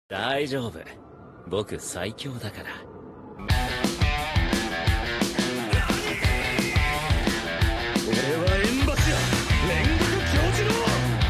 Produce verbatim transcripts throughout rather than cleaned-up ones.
大丈夫。僕最強だから。俺はエンバシア煉獄教授の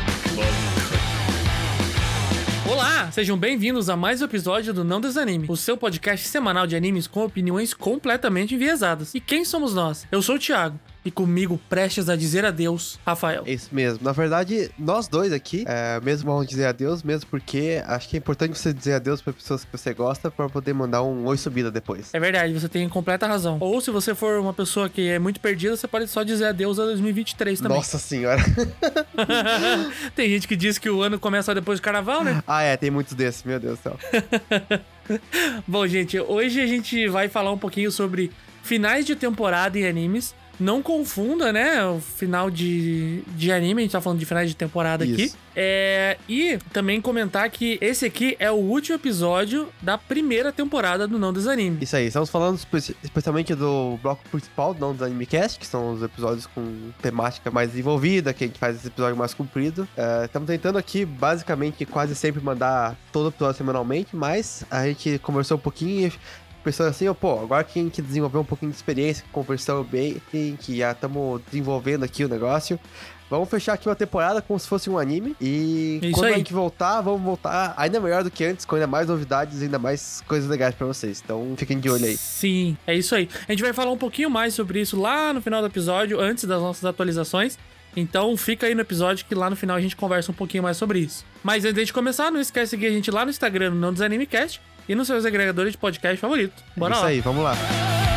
Olá, sejam bem-vindos a mais um episódio do Não Desanime, o seu podcast semanal de animes com opiniões completamente enviesadas. E quem somos nós? Eu sou o Thiago. E comigo, prestes a dizer adeus, Rafael. É isso mesmo. Na verdade, nós dois aqui, é, mesmo vamos dizer adeus, mesmo porque acho que é importante você dizer adeus para pessoas que você gosta para poder mandar um oi subida depois. É verdade, você tem completa razão. Ou se você for uma pessoa que é muito perdida, você pode só dizer adeus a dois mil e vinte e três também. Nossa senhora. Tem gente que diz que o ano começa depois do carnaval, né? Ah, é, tem muitos desses, meu Deus do céu. Bom, gente, hoje a gente vai falar um pouquinho sobre finais de temporada em animes. Não confunda, né, o final de, de anime, a gente tá falando de finais de temporada Isso. aqui. É, e também comentar que esse aqui é o último episódio da primeira temporada do Não Desanime. Isso aí, estamos falando espe- especialmente do bloco principal do Não Desanime Cast, que são os episódios com temática mais desenvolvida, que a gente faz esse episódio mais comprido. É, estamos tentando aqui, basicamente, quase sempre mandar todo episódio semanalmente, mas a gente conversou um pouquinho e pensando assim, ó, pô, agora que a gente desenvolveu um pouquinho de experiência, conversando bem, que já estamos desenvolvendo aqui o negócio, vamos fechar aqui uma temporada como se fosse um anime. E Isso quando aí. a gente voltar, vamos voltar ainda melhor do que antes, com ainda mais novidades, ainda mais coisas legais pra vocês. Então fiquem de olho aí. Sim, é isso aí. A gente vai falar um pouquinho mais sobre isso lá no final do episódio, antes das nossas atualizações. Então fica aí no episódio que lá no final a gente conversa um pouquinho mais sobre isso. Mas antes de começar, não esquece de seguir a gente lá no Instagram, no Não Desanime Cast, e nos seus agregadores de podcast favorito. Bora Isso lá. aí, vamos lá.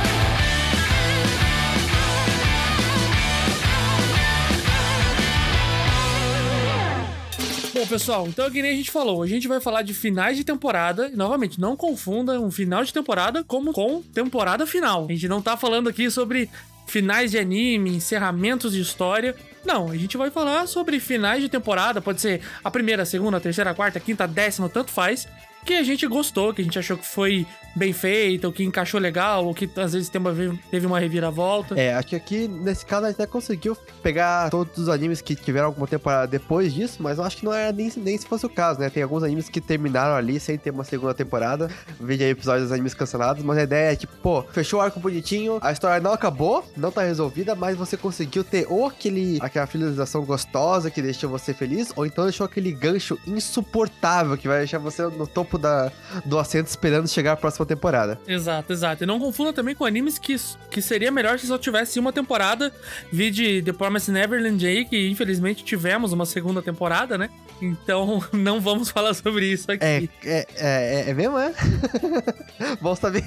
Bom, pessoal, então que nem a gente falou, a gente vai falar de finais de temporada. E, novamente, não confunda um final de temporada como com temporada final. A gente não tá falando aqui sobre finais de anime, encerramentos de história. Não, a gente vai falar sobre finais de temporada. Pode ser a primeira, a segunda, a terceira, a quarta, a quinta, a décima, tanto faz. Que a gente gostou, que a gente achou que foi bem feita, ou que encaixou legal, ou que às vezes tem uma- teve uma reviravolta. É, acho que aqui, nesse caso, a gente até conseguiu pegar todos os animes que tiveram alguma temporada depois disso, mas eu acho que não era nem, nem se fosse o caso, né? Tem alguns animes que terminaram ali sem ter uma segunda temporada. Veja aí episódios dos animes cancelados, mas a ideia é que, pô, fechou o arco bonitinho, a história não acabou, não tá resolvida, mas você conseguiu ter ou aquele, aquela finalização gostosa que deixou você feliz, ou então deixou aquele gancho insuportável que vai deixar você no topo da, do assento esperando chegar a próxima temporada. Exato, exato. E não confunda também com animes que, que seria melhor se só tivesse uma temporada. Vi de The Promised Neverland aí, que infelizmente tivemos uma segunda temporada, né? Então não vamos falar sobre isso aqui. É, é, é, é mesmo, é? Bom saber.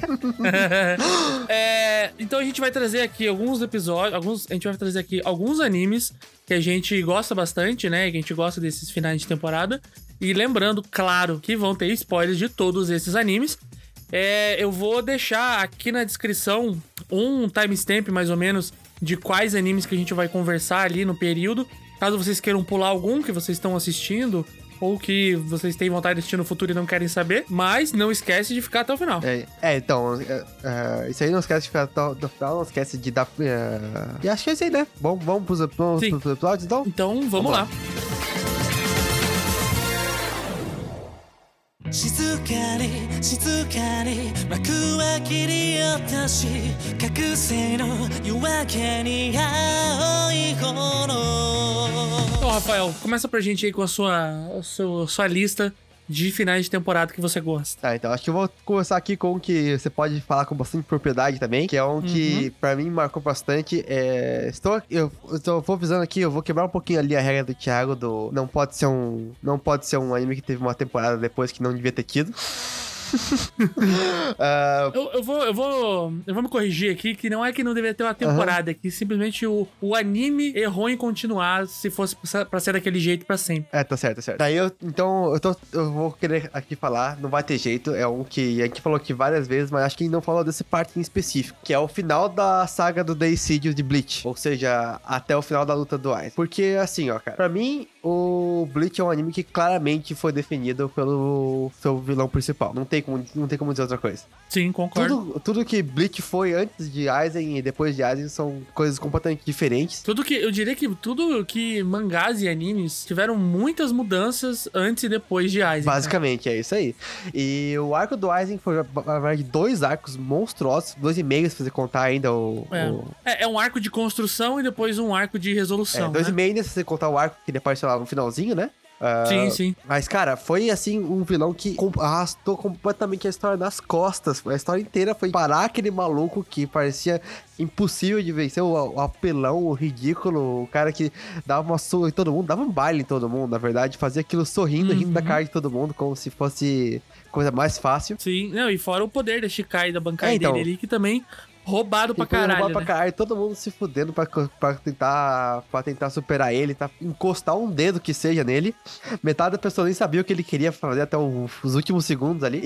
É, então a gente vai trazer aqui alguns episódios, alguns, a gente vai trazer aqui alguns animes que a gente gosta bastante, né? Que a gente gosta desses finais de temporada. E lembrando, claro, que vão ter spoilers de todos esses animes. É, eu vou deixar aqui na descrição um timestamp, mais ou menos, de quais animes que a gente vai conversar ali no período. Caso vocês queiram pular algum que vocês estão assistindo, ou que vocês têm vontade de assistir no futuro e não querem saber. Mas não esquece de ficar até o final. É, é, então, é, é, isso aí não esquece de ficar até no final, não esquece de dar... É, e acho que é isso aí, né? Bom, vamos pros, vamos Sim. pros episódios, então? Então, vamos, Vamos lá. lá. 静かに静かに幕は切り落とし覚醒の夜明けに青い炎 Então, Rafael, começa pra gente aí com a sua, a sua, sua lista de finais de temporada que você gosta. Tá, então acho que eu vou começar aqui com um que você pode falar com bastante propriedade também, que é um que pra mim marcou bastante. É, estou, eu, eu tô- vou avisando aqui, eu vou quebrar um pouquinho ali a regra do Thiago do não pode ser um não pode ser um anime que teve uma temporada depois que não devia ter tido. Ah, Eu, eu, vou, eu, vou, eu vou me corrigir aqui, que não é que não deveria ter uma temporada, é que simplesmente o, o anime errou em continuar se fosse pra ser daquele jeito pra sempre. É, tá certo, tá certo. Daí eu, então, eu, tô, eu vou querer aqui falar, não vai ter jeito, é um que a gente falou aqui várias vezes, mas acho que não falou desse parte em específico, que é o final da saga do Deicídio de Bleach, ou seja, até o final da luta do Aiz. Porque, assim, ó, cara, pra mim, o Bleach é um anime que claramente foi definido pelo seu vilão principal. Não tem como, não tem como dizer outra coisa. Sim, concordo. Tudo, tudo que Bleach foi antes de Aizen e depois de Aizen são coisas completamente diferentes. Tudo que, eu diria que tudo que mangás e animes tiveram muitas mudanças antes e depois de Aizen. Basicamente, é isso aí. E o arco do Aizen foi, na verdade, dois arcos monstruosos, dois e meio, se você contar ainda o... É. o... É, é um arco de construção e depois um arco de resolução, É, dois né? e meio ainda, se você contar o arco que ele apareceu lá no finalzinho, né? Uh, Sim, sim. Mas, cara, foi assim um vilão que com- arrastou completamente a história nas costas. A história inteira foi parar aquele maluco que parecia impossível de vencer, o, o apelão, o ridículo, o cara que dava uma surra em todo mundo, dava um baile em todo mundo, na verdade, fazia aquilo sorrindo, Uhum. rindo da cara de todo mundo, como se fosse coisa mais fácil. Sim, não, e fora o poder da Shikai da bancada É, então. dele ali, que também roubado pra E foi caralho, roubado né? pra caralho, todo mundo se fudendo pra, pra, tentar, pra tentar superar ele, tá, encostar um dedo que seja nele. Metade da pessoa nem sabia o que ele queria fazer até o- os últimos segundos ali.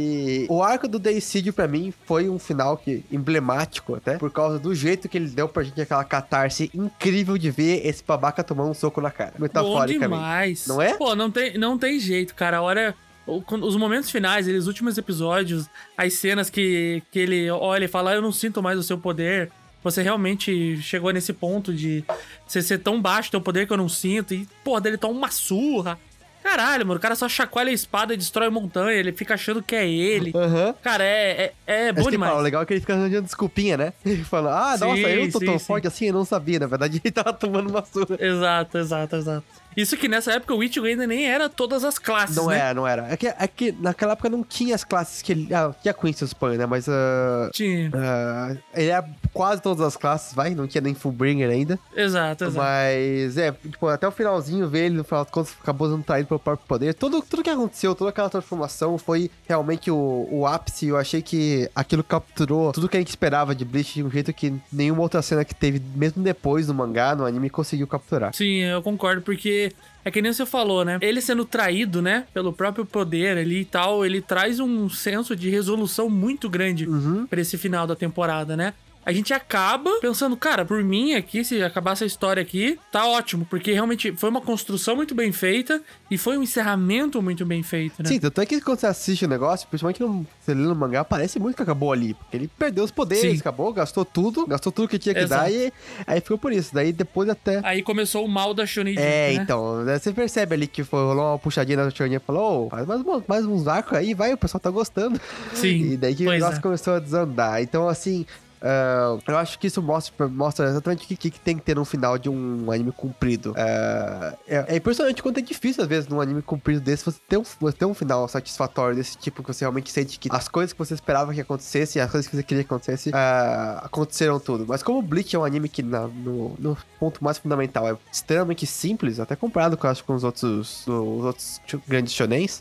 E o arco do Deicídio, pra mim, foi um final que, emblemático até, por causa do jeito que ele deu pra gente aquela catarse incrível de ver esse babaca tomar um soco na cara. Bom Metaforicamente. demais. Não é? Pô, não tem, não tem jeito, cara. A hora... o- quando- Os momentos finais, os últimos episódios, as cenas que, que ele olha e fala, "Ah, eu não sinto mais o seu poder. Você realmente chegou nesse ponto de você ser tão baixo teu poder que eu não sinto." E, pô, dele toma uma surra. Caralho, mano, o cara só chacoalha a espada e destrói a montanha, ele fica achando que é ele. Aham. Cara, é, é, é bom Mas que demais. fala, o legal é que ele fica arranjando desculpinha, né? Ele fala, ah, Sim, nossa, eu tô sim, tão sim. forte assim, eu não sabia. Na verdade, ele tava tomando uma surra. Exato, exato, exato. Isso que nessa época o Ichigo ainda nem era todas as classes, Não né? era, não era. É que, é que naquela época não tinha as classes que ele... Ah, tinha Quincy Span, né? Mas... ah, Tinha. ah, ele era quase todas as classes, vai? Não tinha nem Fullbringer ainda. Exato, exato. Mas, é, tipo, até o finalzinho ver ele, no final das contas, acabou sendo traído pelo próprio poder. Tudo, tudo que aconteceu, toda aquela transformação foi realmente o, o ápice. Eu achei que aquilo capturou tudo que a gente esperava de Bleach de um jeito que nenhuma outra cena que teve, mesmo depois do mangá, no anime, conseguiu capturar. Sim, eu concordo, porque é que nem você falou, né? Ele sendo traído, né? Pelo próprio poder ali e tal, ele traz um senso de resolução muito grande Uhum. pra esse final da temporada, né? A gente acaba pensando, cara, por mim aqui, se acabar essa história aqui, tá ótimo, porque realmente foi uma construção muito bem feita e foi um encerramento muito bem feito, né? Sim, tanto é que quando você assiste o negócio, principalmente no, você lê no mangá, parece muito que acabou ali. Porque ele perdeu os poderes, Sim. acabou, gastou tudo, gastou tudo que tinha que Exato. dar e aí ficou por isso. Daí depois até... Aí começou o mal da Shonen Jump, É, né? então, né, você percebe ali que foi, rolou uma puxadinha na Choninha e falou, ô, faz mais, um- mais uns arcos aí, vai, o pessoal tá gostando. Sim, E daí que o pois negócio é. começou a desandar. Então, assim, ah, eu acho que isso mostra, mostra exatamente o que, que, que tem que ter no final de um anime comprido. Ah, é, é impressionante quanto é difícil, às vezes, num anime comprido desse, você ter um, você ter um final satisfatório desse tipo, que você realmente sente que as coisas que você esperava que acontecesse, as coisas que você queria que acontecesse, ah, aconteceram tudo. Mas como Bleach é um anime que, na- no, no ponto mais fundamental, é extremamente simples, até comparado com, acho, com os outros, os outros grandes shonens,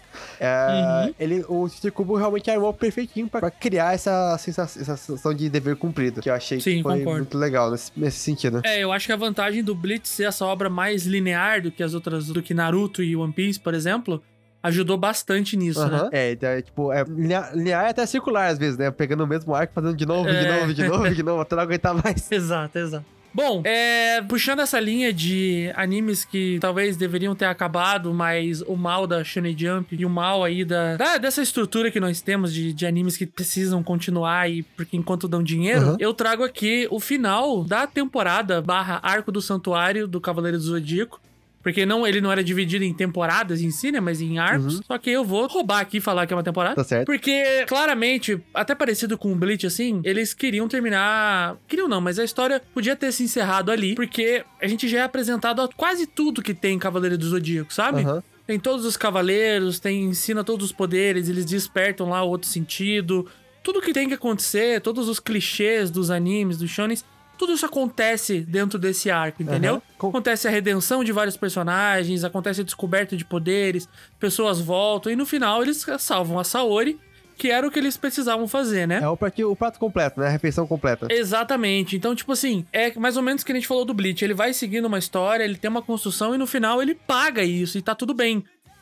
é, Uhum. ele, o Tite Kubo realmente armou perfeitinho pra, pra criar essa sensação, essa sensação de dever cumprido, que eu achei Sim, que foi concordo. muito legal nesse, nesse sentido. É, eu acho que a vantagem do Bleach ser essa obra mais linear do que as outras, do que Naruto e One Piece, por exemplo, ajudou bastante nisso, né? Aham. É, então, é, tipo, é linear, linear é até circular às vezes, né? Pegando o mesmo arco, fazendo de novo, de É. novo, de novo, de novo, até não aguentar mais. Exato, exato. Bom, é, puxando essa linha de animes que talvez deveriam ter acabado, mas o mal da Shonen Jump e o mal aí da, da- dessa estrutura que nós temos de, de animes que precisam continuar e porque enquanto dão dinheiro, Uhum. eu trago aqui o final da temporada barra Arco do Santuário do Cavaleiro do Zodíaco. Porque não, ele não era dividido em temporadas em si, né? Mas em arcos. Uhum. Só que eu vou roubar aqui e falar que é uma temporada. Tá certo. Porque, claramente, até parecido com o Bleach, assim, eles queriam terminar... Queriam não, mas a história podia ter se encerrado ali. Porque a gente já é apresentado a quase tudo que tem em Cavaleiro do Zodíaco, sabe? Aham. Tem todos os cavaleiros, tem ensina todos os poderes, eles despertam lá outro sentido. Tudo que tem que acontecer, todos os clichês dos animes, dos shonens... Tudo isso acontece dentro desse arco, entendeu? Aham. Com- Acontece a redenção de vários personagens, acontece a descoberta de poderes, pessoas voltam e no final eles salvam a Saori, que era o que eles precisavam fazer, né? É o prato, o prato completo, né? A refeição completa. Exatamente. Então, tipo assim, é mais ou menos o que a gente falou do Bleach. Ele vai seguindo uma história, ele tem uma construção e no final ele paga isso e tá tudo bem.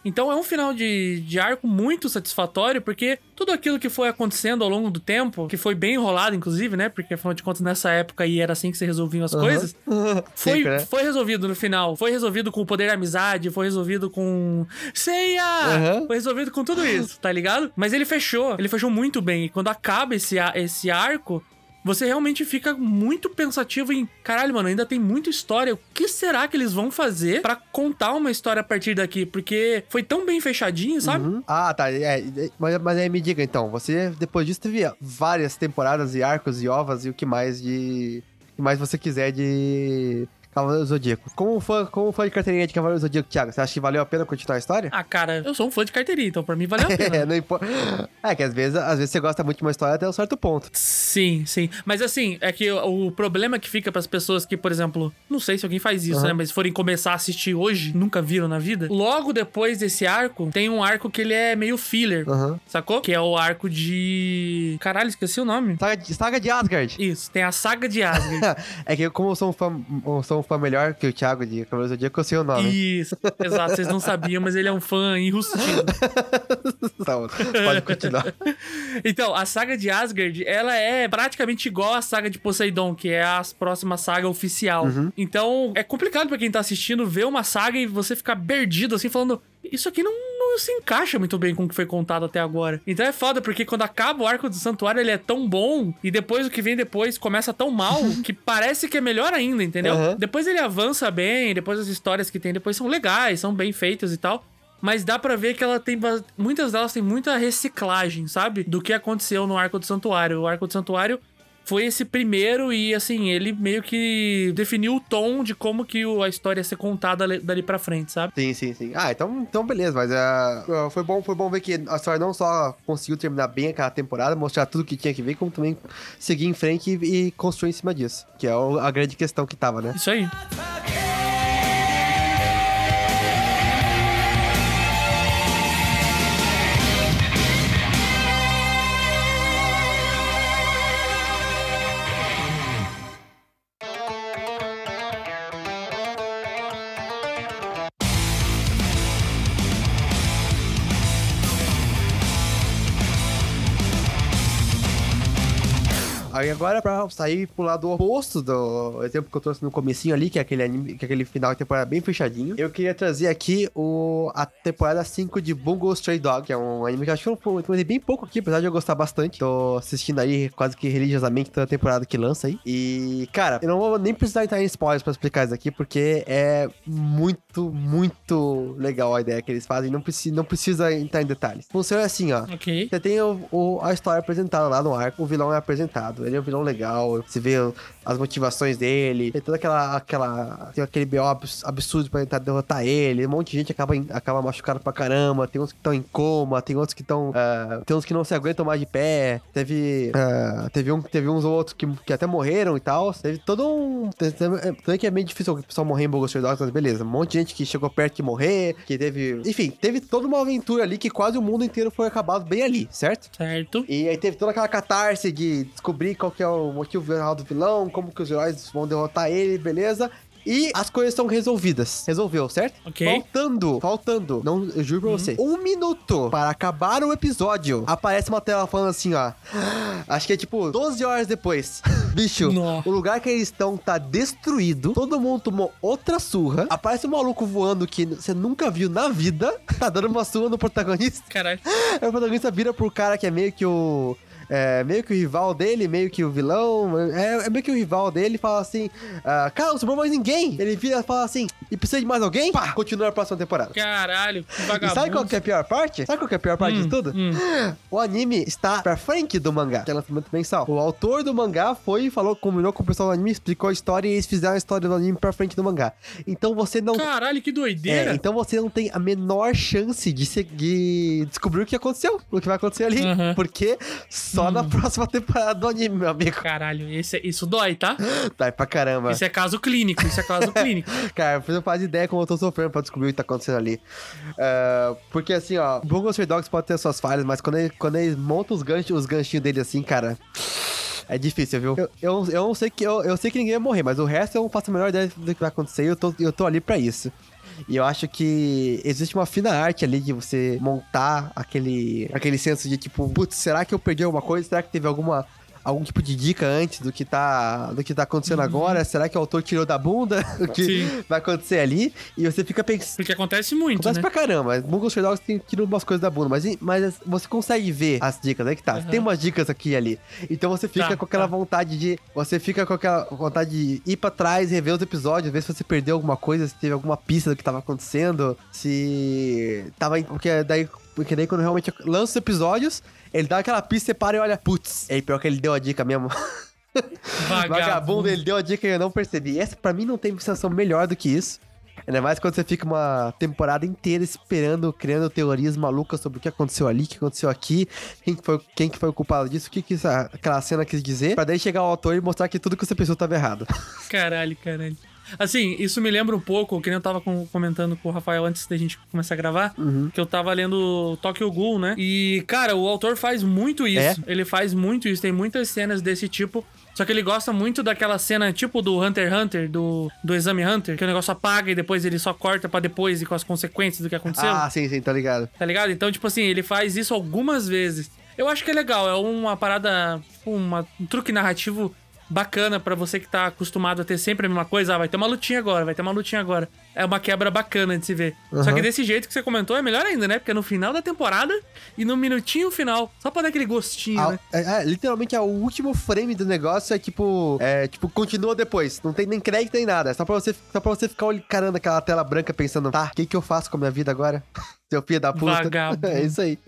Então é um final de, de arco muito satisfatório, porque tudo aquilo que foi acontecendo ao longo do tempo, que foi bem enrolado, inclusive, né? Porque, afinal de contas, nessa época aí era assim que se resolviam as Uhum. coisas. Foi, Sempre, né? foi resolvido no final. Foi resolvido com o poder da amizade, foi resolvido com... Ceia! Uhum. Foi resolvido com tudo isso, tá ligado? Mas ele fechou. Ele fechou muito bem. E quando acaba esse, a- esse arco... Você realmente fica muito pensativo em... Caralho, mano, ainda tem muita história. O que será que eles vão fazer pra contar uma história a partir daqui? Porque foi tão bem fechadinho, sabe? Uhum. Ah, tá. É, é, mas, mas aí me diga então, você depois disso teve várias temporadas e arcos e ovas e o que mais de. O que mais você quiser de Cavaleiro do Zodíaco. Como fã, como fã de carteirinha de Cavaleiro do Zodíaco, Thiago, você acha que valeu a pena continuar a história? Ah, cara, eu sou um fã de carteirinha, então pra mim valeu a pena. É, não importa. É que às vezes, às vezes você gosta muito de uma história até um certo ponto. Sim, sim. Mas assim, é que o, o problema que fica pras pessoas que, por exemplo, não sei se alguém faz isso, Uhum. né? Mas forem começar a assistir hoje, nunca viram na vida. Logo depois desse arco, tem um arco que ele é meio filler, Uhum. sacou? Que é o arco de... Caralho, esqueci o nome. Saga de, saga de Asgard. Isso, tem a saga de Asgard. É que eu, como eu sou um fã, eu sou um fã melhor que o Thiago de Cavaleiro do Zodíaco, eu sei o nome. Isso, exato. Vocês não sabiam, mas ele é um fã enrustido. Tá bom, pode continuar. Então, a saga de Asgard, ela é praticamente igual à saga de Poseidon, que é a próxima saga oficial. Então, é complicado pra quem tá assistindo ver uma saga e você ficar perdido, assim, falando... Isso aqui não, não se encaixa muito bem com o que foi contado até agora. Então é foda, porque quando acaba o arco do santuário, ele é tão bom, e depois o que vem depois começa tão mal, que parece que é melhor ainda, entendeu? Uhum. Depois ele avança bem, depois as histórias que tem depois são legais, são bem feitas e tal. Mas dá pra ver que ela tem... ba- Muitas delas têm muita reciclagem, sabe? Do que aconteceu no Arco do Santuário. O Arco do Santuário foi esse primeiro e, assim, ele meio que definiu o tom de como que o- a história ia ser contada ali- dali pra frente, sabe? Sim, sim, sim. Ah, então, então beleza, mas uh, foi, bom, foi bom ver que a história não só conseguiu terminar bem aquela temporada, mostrar tudo que tinha que ver, como também seguir em frente e, e construir em cima disso. Que é o- a grande questão que tava, né? Isso aí. Aí agora, pra sair pro lado oposto do exemplo que eu trouxe no comecinho ali, que é aquele anime, que é aquele final de temporada bem fechadinho, eu queria trazer aqui o, a temporada cinco de Bungo Stray Dog, que é um anime que eu acho que eu comentei bem pouco aqui, apesar de eu gostar bastante. Tô assistindo aí quase que religiosamente toda a temporada que lança aí. E, cara, eu não vou nem precisar entrar em spoilers pra explicar isso aqui, porque é muito, muito legal a ideia que eles fazem, não precisa, não precisa entrar em detalhes. Funciona assim, ó. Ok. Você tem o, o- a história apresentada lá no arco, o vilão é apresentado, ele é um vilão legal, você vê o- as motivações dele, tem toda aquela, aquela tem aquele B O abs- absurdo pra tentar derrotar ele, um monte de gente acaba, em- acaba machucado pra caramba, tem uns que estão em coma, tem outros que estão, ah, tem uns que não se aguentam mais de pé, teve, ah, teve, um, teve uns outros que, que até morreram e tal, teve todo um, teve- teve- também que é meio difícil o pessoal morrer em Bungo Stray Dogs, mas beleza, um monte de gente que chegou perto de morrer, que teve, enfim, teve toda uma aventura ali que quase o mundo inteiro foi acabado bem ali, certo? Certo. E aí teve toda aquela catarse de descobrir qual que é o motivo real do vilão, como que os heróis vão derrotar ele, beleza? E as coisas são resolvidas. Resolveu, certo? Ok. Faltando, faltando, não, eu juro pra você, um minuto para acabar o episódio, aparece uma tela falando assim, ó. Acho que é tipo doze horas depois. Bicho, Nossa. o lugar que eles estão tá destruído, todo mundo tomou outra surra, aparece um maluco voando que você nunca viu na vida, tá dando uma surra no protagonista. Caralho. Aí o protagonista vira pro cara que é meio que o... É, meio que o rival dele, meio que o vilão. É, é meio que o rival dele e fala assim: ah, cara, não sobrou mais ninguém. Ele vira e fala assim: e precisa de mais alguém? Pá, continua a próxima temporada. Caralho, que E vagabundo. sabe qual que é a pior parte? Sabe qual que é a pior parte Hum, de tudo? hum. O anime está pra frente do mangá, que é lançamento mensal. O autor do mangá foi e falou, combinou com o pessoal do anime, explicou a história e eles fizeram a história do anime pra frente do mangá. Então você não. Caralho, que doideira. É, então você não tem a menor chance de, seguir, descobrir o que aconteceu, o que vai acontecer ali. Uhum. Porque só na próxima temporada do anime, meu amigo. Caralho, esse, isso dói, tá? Dói pra caramba. Isso é caso clínico, isso é caso clínico. Cara, você não faz ideia como eu tô sofrendo pra descobrir o que tá acontecendo ali. É, porque assim, ó, Bungo Stray Dogs pode ter suas falhas, mas quando ele, quando ele monta os, ganchos, os ganchinhos dele assim, cara... É difícil, viu? Eu, eu, eu não sei que eu, eu sei que ninguém vai morrer, mas o resto eu não faço a menor ideia do que vai acontecer e eu tô, eu tô ali pra isso. E eu acho que existe uma fina arte ali de você montar aquele, aquele senso de tipo, putz, será que eu perdi alguma coisa? Será que teve alguma... algum tipo de dica antes do que tá, do que tá acontecendo uhum. agora? Será que o autor tirou da bunda o que Sim. vai acontecer ali? E você fica pensando... Porque acontece muito, acontece né? pra caramba. Bungo Stray Dogs tem tirado umas coisas da bunda, mas, mas você consegue ver as dicas, né? Que tá, uhum. tem umas dicas aqui e ali. Então você fica tá, com aquela tá. vontade de... Você fica com aquela vontade de ir pra trás, rever os episódios, ver se você perdeu alguma coisa, se teve alguma pista do que tava acontecendo, se... tava... Porque daí... Porque daí quando realmente lança os episódios, ele dá aquela pista, você para e olha, putz, é pior que ele deu a dica mesmo. Vagabundo. Vagabundo, ele deu a dica e eu não percebi. Essa pra mim não tem sensação melhor do que isso. Ainda mais quando você fica uma temporada inteira esperando, criando teorias malucas sobre o que aconteceu ali, o que aconteceu aqui, quem que foi, quem que foi o culpado disso, o que, que essa, aquela cena quis dizer, pra daí chegar o autor e mostrar que tudo que você pensou tava errado. Caralho, caralho. Assim, isso me lembra um pouco, que nem eu tava com, comentando com o Rafael antes da gente começar a gravar, uhum. que eu tava lendo Tokyo Ghoul, né? E, cara, o autor faz muito isso. É? Ele faz muito isso, tem muitas cenas desse tipo. Só que ele gosta muito daquela cena tipo do Hunter x Hunter, do, do Exame Hunter, que o negócio apaga e depois ele só corta pra depois e com as consequências do que aconteceu. Ah, sim, sim, tá ligado. Tá ligado? Então, tipo assim, ele faz isso algumas vezes. Eu acho que é legal, é uma parada, uma, um truque narrativo bacana pra você que tá acostumado a ter sempre a mesma coisa. Ah, vai ter uma lutinha agora, vai ter uma lutinha agora. É uma quebra bacana de se ver. Uhum. Só que desse jeito que você comentou é melhor ainda, né? Porque é no final da temporada e no minutinho final. Só pra dar aquele gostinho, ah, né? É, é, literalmente é o último frame do negócio, é tipo... É, tipo, continua depois. Não tem nem crédito nem nada. É só pra você, só pra você ficar encarando aquela tela branca pensando, tá, o que que eu faço com a minha vida agora? Seu filho da puta. Vagabundo. É isso aí.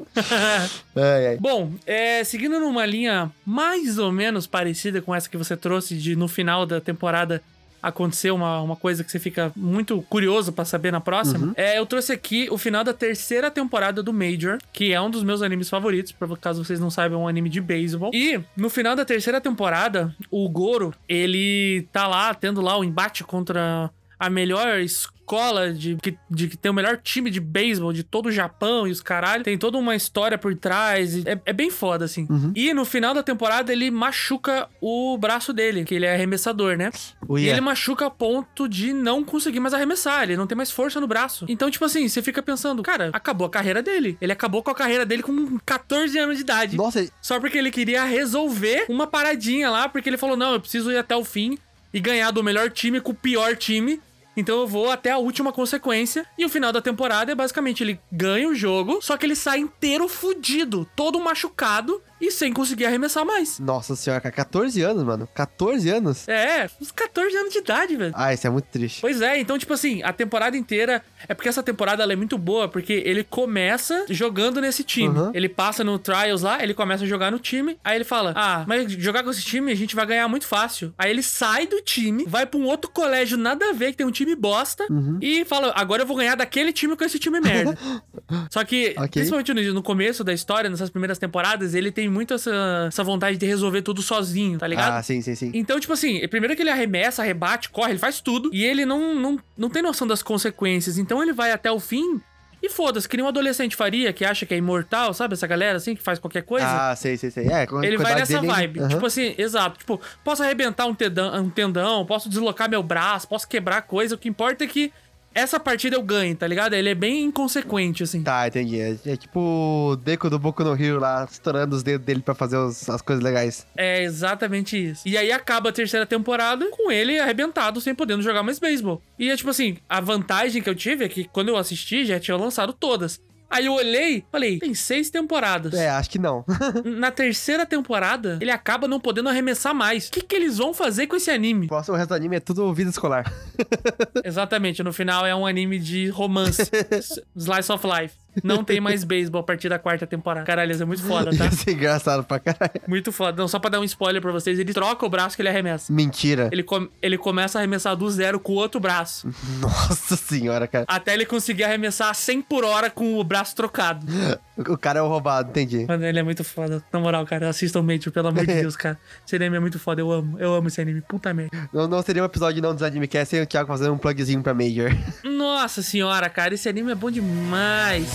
ai, ai. Bom, é, seguindo numa linha mais ou menos parecida com essa que você trouxe, de no final da temporada acontecer uma, uma coisa que você fica muito curioso pra saber na próxima, uhum. é, eu trouxe aqui o final da terceira temporada do Major, que é um dos meus animes favoritos, por caso vocês não saibam, é um anime de beisebol. E no final da terceira temporada, o Goro, ele tá lá, tendo lá o embate contra a melhor escola de que, de que tem o melhor time de beisebol de todo o Japão e os caralho. Tem toda uma história por trás. É, é bem foda, assim. Uhum. E no final da temporada ele machuca o braço dele, que ele é arremessador, né? Oh, yeah. E ele machuca a ponto de não conseguir mais arremessar. Ele não tem mais força no braço. Então, tipo assim, você fica pensando, cara, acabou a carreira dele. Ele acabou com a carreira dele com catorze anos de idade. Nossa. Só porque ele queria resolver uma paradinha lá, porque ele falou, não, eu preciso ir até o fim e ganhar do melhor time com o pior time. Então eu vou até a última consequência. E o final da temporada é basicamente ele ganha o jogo, só que ele sai inteiro fudido, todo machucado e sem conseguir arremessar mais. Nossa senhora, catorze anos, mano. catorze anos? É, uns catorze anos de idade, velho. Ah, isso é muito triste. Pois é, então, tipo assim, a temporada inteira... É porque essa temporada ela é muito boa, porque ele começa jogando nesse time. Uhum. Ele passa no Trials lá, ele começa a jogar no time, aí ele fala, ah, mas jogar com esse time a gente vai ganhar muito fácil. Aí ele sai do time, vai pra um outro colégio nada a ver, que tem um time bosta, uhum. e fala, agora eu vou ganhar daquele time com esse time merda. Só que, okay. principalmente no, no começo da história, nessas primeiras temporadas, ele tem muito essa, essa vontade de resolver tudo sozinho, tá ligado? Ah, sim, sim, sim. Então, tipo assim, primeiro que ele arremessa, rebate, corre, ele faz tudo, e ele não, não, não tem noção das consequências, então ele vai até o fim e foda-se, que nem um adolescente faria, que acha que é imortal, sabe? Essa galera, assim, que faz qualquer coisa. Ah, sei, sei, sei. É, ele vai nessa dele, vibe. Uhum. Tipo assim, exato. Tipo, posso arrebentar um tendão, um tendão, posso deslocar meu braço, posso quebrar coisa, o que importa é que essa partida eu ganho, tá ligado? Ele é bem inconsequente, assim. Tá, entendi. É, é tipo o Deku do Boku no Hero lá, estourando os dedos dele pra fazer os, as coisas legais. É exatamente isso. E aí acaba a terceira temporada com ele arrebentado, sem podendo jogar mais beisebol. E é tipo assim, a vantagem que eu tive é que quando eu assisti, já tinha lançado todas. Aí eu olhei, falei, tem seis temporadas. É, acho que não. Na terceira temporada, ele acaba não podendo arremessar mais. O que que eles vão fazer com esse anime? O próximo resto do anime é tudo vida escolar. Exatamente, no final é um anime de romance. Slice of Life. Não tem mais beisebol a partir da quarta temporada. Caralho, isso é muito foda, tá? Isso é engraçado pra caralho. Muito foda. Não, só pra dar um spoiler pra vocês, ele troca o braço que ele arremessa. Mentira. Ele, com... ele começa a arremessar do zero com o outro braço. Nossa senhora, cara. Até ele conseguir arremessar cem por hora com o braço trocado. O cara é o roubado, entendi. Mano, ele é muito foda. Na moral, cara, assistam o Major, pelo amor de Deus, cara. Esse anime é muito foda, eu amo. Eu amo esse anime, puta merda. Não, não seria um episódio não dos Anime Cast sem o Thiago fazendo um plugzinho pra Major. Nossa senhora, cara, esse anime é bom demais.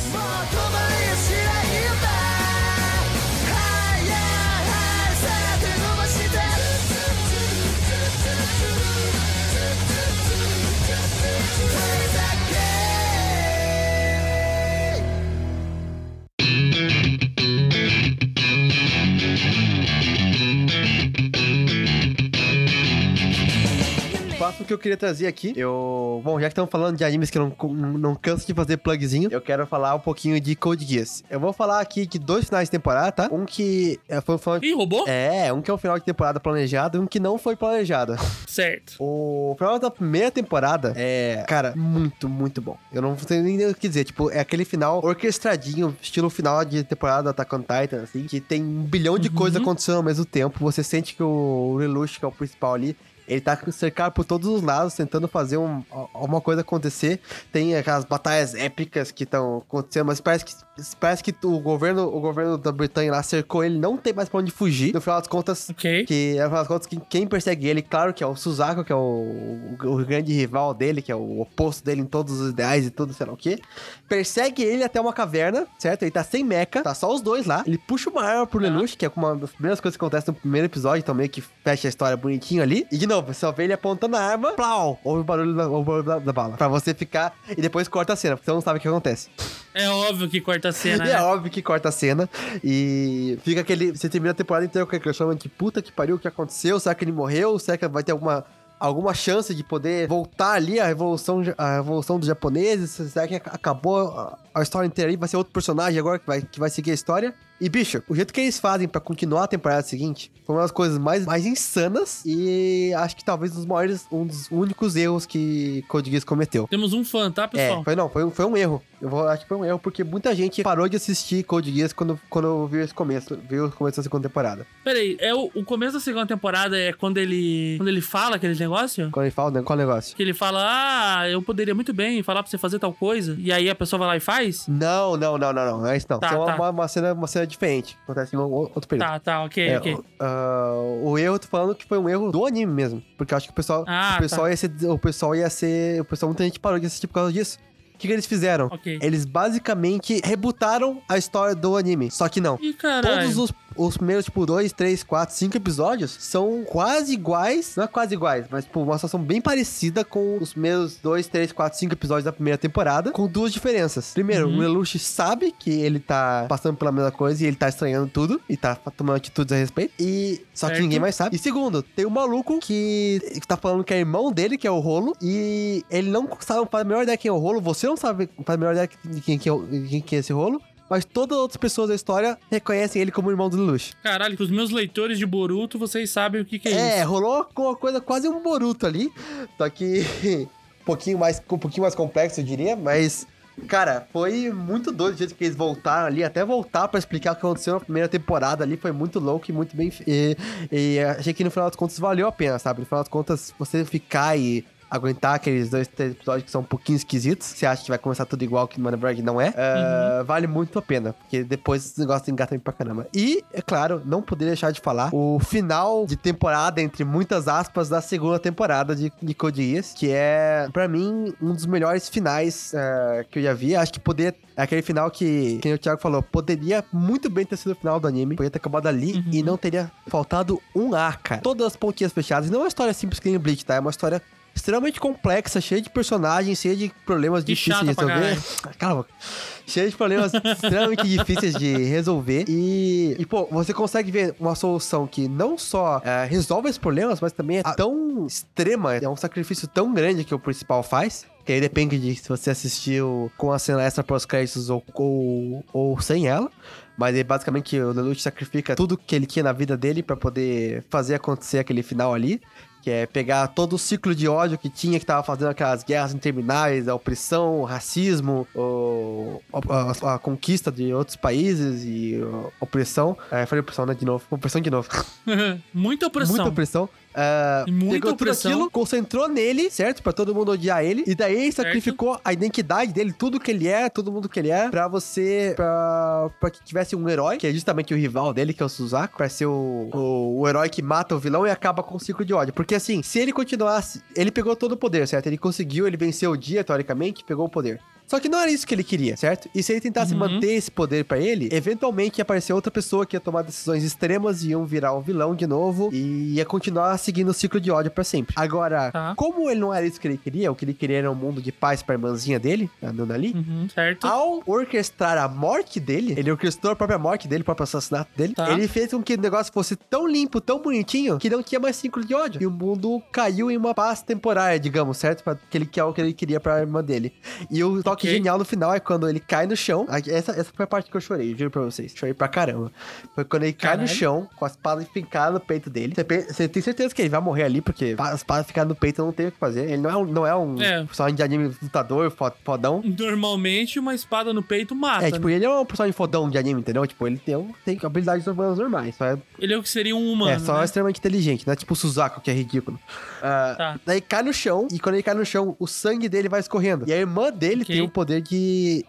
que eu queria trazer aqui, eu... Bom, já que estamos falando de animes que não, não canso de fazer plugzinho, eu quero falar um pouquinho de Code Geass. Eu vou falar aqui de dois finais de temporada, tá? Um que é, foi um final... Ih, roubou? É, um que é um final de temporada planejado e um que não foi planejado. Certo. O final da primeira temporada é, cara, muito, muito bom. Eu não tenho nem o que dizer. Tipo, é aquele final orquestradinho, estilo final de temporada da Attack on Titan, assim, que tem um bilhão de Uhum. coisas acontecendo ao mesmo tempo. Você sente que o Lelouch, que é o principal ali, ele tá cercado por todos os lados, tentando fazer um, alguma coisa acontecer. Tem aquelas batalhas épicas que estão acontecendo, mas parece que, parece que o, governo, o governo da Bretanha lá cercou ele, não tem mais pra onde fugir. No final das contas, Ok. que, no final das contas, quem, quem persegue ele, claro que é o Suzaku, que é o, o, o grande rival dele, que é o oposto dele em todos os ideais e tudo, sei lá o quê. Persegue ele até uma caverna, certo? Ele tá sem mecha, tá só os dois lá. Ele puxa uma arma pro Lelouch, que é uma das primeiras coisas que acontece no primeiro episódio, então meio que fecha a história bonitinho ali. E de novo, você só vê ele apontando a arma, plau, ouve o barulho da, o barulho da, da bala. Pra você ficar, e depois corta a cena, porque você não sabe o que acontece. É óbvio que corta a cena, E né? é óbvio que corta a cena. E fica aquele. Você termina a temporada inteira com aquele chama de puta que pariu, o que aconteceu? Será que ele morreu? Será que vai ter alguma. Alguma chance de poder voltar ali a revolução, a revolução dos japoneses? Será que acabou a, a história inteira aí? Vai ser outro personagem agora que vai, que vai seguir a história? E, bicho, o jeito que eles fazem pra continuar a temporada seguinte foi uma das coisas mais, mais insanas e acho que talvez um dos maiores, um dos únicos erros que Code Geass cometeu. Temos um fã, tá, pessoal? É, foi não, foi um, foi um erro. Eu vou, acho que foi um erro porque muita gente parou de assistir Code Geass quando, quando viu esse começo, viu o começo da segunda temporada. Peraí, é o, o começo da segunda temporada é quando ele quando ele fala aquele negócio? Quando ele fala, né, qual negócio? Que ele fala, ah, eu poderia muito bem falar pra você fazer tal coisa. E aí a pessoa vai lá e faz? Não, não, não, não, não, não é isso não. Tá, Isso é uma, tá. uma, uma cena, uma cena diferente. Acontece em um outro período. Tá, tá, ok, É, ok. o- ah, o erro, eu tô falando que foi um erro do anime mesmo. Porque eu acho que o pessoal, Ah, o pessoal ia ser. O pessoal ia ser. O pessoal, muita gente parou de assistir por causa disso. O que, que eles fizeram? Ok. Eles basicamente rebutaram a história do anime. Só que não. Ih, caralho. Todos os, os primeiros, tipo, dois, três, quatro, cinco episódios são quase iguais. Não é quase iguais, mas, tipo, uma situação bem parecida com os primeiros dois, três, quatro, cinco episódios da primeira temporada, com duas diferenças. Primeiro, Uhum. o Lelouch sabe que ele tá passando pela mesma coisa e ele tá estranhando tudo e tá tomando atitudes a respeito. E só que Certo. ninguém mais sabe. E segundo, tem um maluco que tá falando que é irmão dele, que é o Rolo, e ele não sabe, não faz a melhor ideia quem é o Rolo, você não sabe, não faz a melhor ideia de quem, quem, é, o- de quem é esse Rolo. Mas todas as outras pessoas da história reconhecem ele como irmão do Lelouch. Caralho, que os meus leitores de Boruto, vocês sabem o que que é, É, isso. rolou com uma coisa quase um Boruto ali. Só que um pouquinho mais, um pouquinho mais complexo, eu diria. Mas, cara, foi muito doido o jeito que eles voltaram ali. Até voltar pra explicar o que aconteceu na primeira temporada ali. Foi muito louco e muito bem... E, e achei que no final das contas valeu a pena, sabe? No final das contas, você ficar e aguentar aqueles dois, três episódios que são um pouquinho esquisitos. Você acha que vai começar tudo igual que Moneyberg não é. é, Vale muito a pena. Porque depois esse negócio engata pra caramba. E, é claro, não poderia deixar de falar o final de temporada, entre muitas aspas, da segunda temporada de, de Code Geass, que é, pra mim, um dos melhores finais é, que eu já vi. Acho que poder... É aquele final que, que o Thiago falou, poderia muito bem ter sido o final do anime, poderia ter acabado ali Uhum. e não teria faltado um A, cara. Todas as pontinhas fechadas. E não é uma história simples que nem o Bleach, tá? É uma história extremamente complexa, cheia de personagens, cheia de problemas E difíceis de chata pra resolver. Cala a boca. Cheia de problemas extremamente difíceis de resolver. E, e, pô, você consegue ver uma solução que não só é, resolve esses problemas, mas também é tão extrema, é um sacrifício tão grande que o principal faz. Que aí depende de se você assistiu com a cena extra pós-créditos ou, ou, ou sem ela. Mas é basicamente o Lelouch sacrifica tudo que ele tinha na vida dele pra poder fazer acontecer aquele final ali. Que é pegar todo o ciclo de ódio que tinha, que tava fazendo aquelas guerras intermináveis, a opressão, o racismo, o, a, a- a conquista de outros países e a opressão. É, falei opressão, né? De novo. Opressão de novo. Muita opressão. Muita opressão. É, E muita pegou tudo opressão. aquilo, concentrou nele, certo? Pra todo mundo odiar ele. E daí ele sacrificou a identidade dele, tudo que ele é, todo mundo que ele é, pra você, pra, pra que tivesse um herói, que é justamente o rival dele, que é o Suzaku, pra ser o, o, o herói que mata o vilão e acaba com o ciclo de ódio. Porque assim, se ele continuasse, ele pegou todo o poder, certo? Ele conseguiu, ele venceu o dia, teoricamente, pegou o poder. Só que não era isso que ele queria, certo? E se ele tentasse Uhum. manter esse poder pra ele, eventualmente ia aparecer outra pessoa que ia tomar decisões extremas, iam virar um vilão de novo e ia continuar seguindo o ciclo de ódio pra sempre. Agora, Tá. como ele não era isso que ele queria, o que ele queria era um mundo de paz pra irmãzinha dele, a Nuna ali, Uhum, certo? ao orquestrar a morte dele, ele orquestrou a própria morte dele, o próprio assassinato dele, Tá. ele fez com que o negócio fosse tão limpo, tão bonitinho, que não tinha mais ciclo de ódio. E o mundo caiu em uma paz temporária, digamos, certo? Pra que ele, que é o que ele queria pra irmã dele. E o toque Ok. genial no final é quando ele cai no chão. Aqui, Essa, essa foi a parte que eu chorei, juro pra vocês. Chorei pra caramba. Foi quando ele cai no Caralho. chão, com a espada fincada no peito dele. Você, pe- você tem certeza que ele vai morrer ali, porque a espada fincada no peito não tem o que fazer. Ele não é um, não é um É. personagem de anime lutador, fo- fodão. Normalmente, uma espada no peito mata. É, tipo, ele é um personagem fodão de anime, entendeu? Tipo, ele tem, um, tem habilidades humanas normais. Só é, Ele é o que seria um humano, é só né? extremamente inteligente, não é tipo o Suzaku, que é ridículo. Ah, Tá. Daí cai no chão, e quando ele cai no chão, o sangue dele vai escorrendo. E a irmã dele Ok. tem o poder de,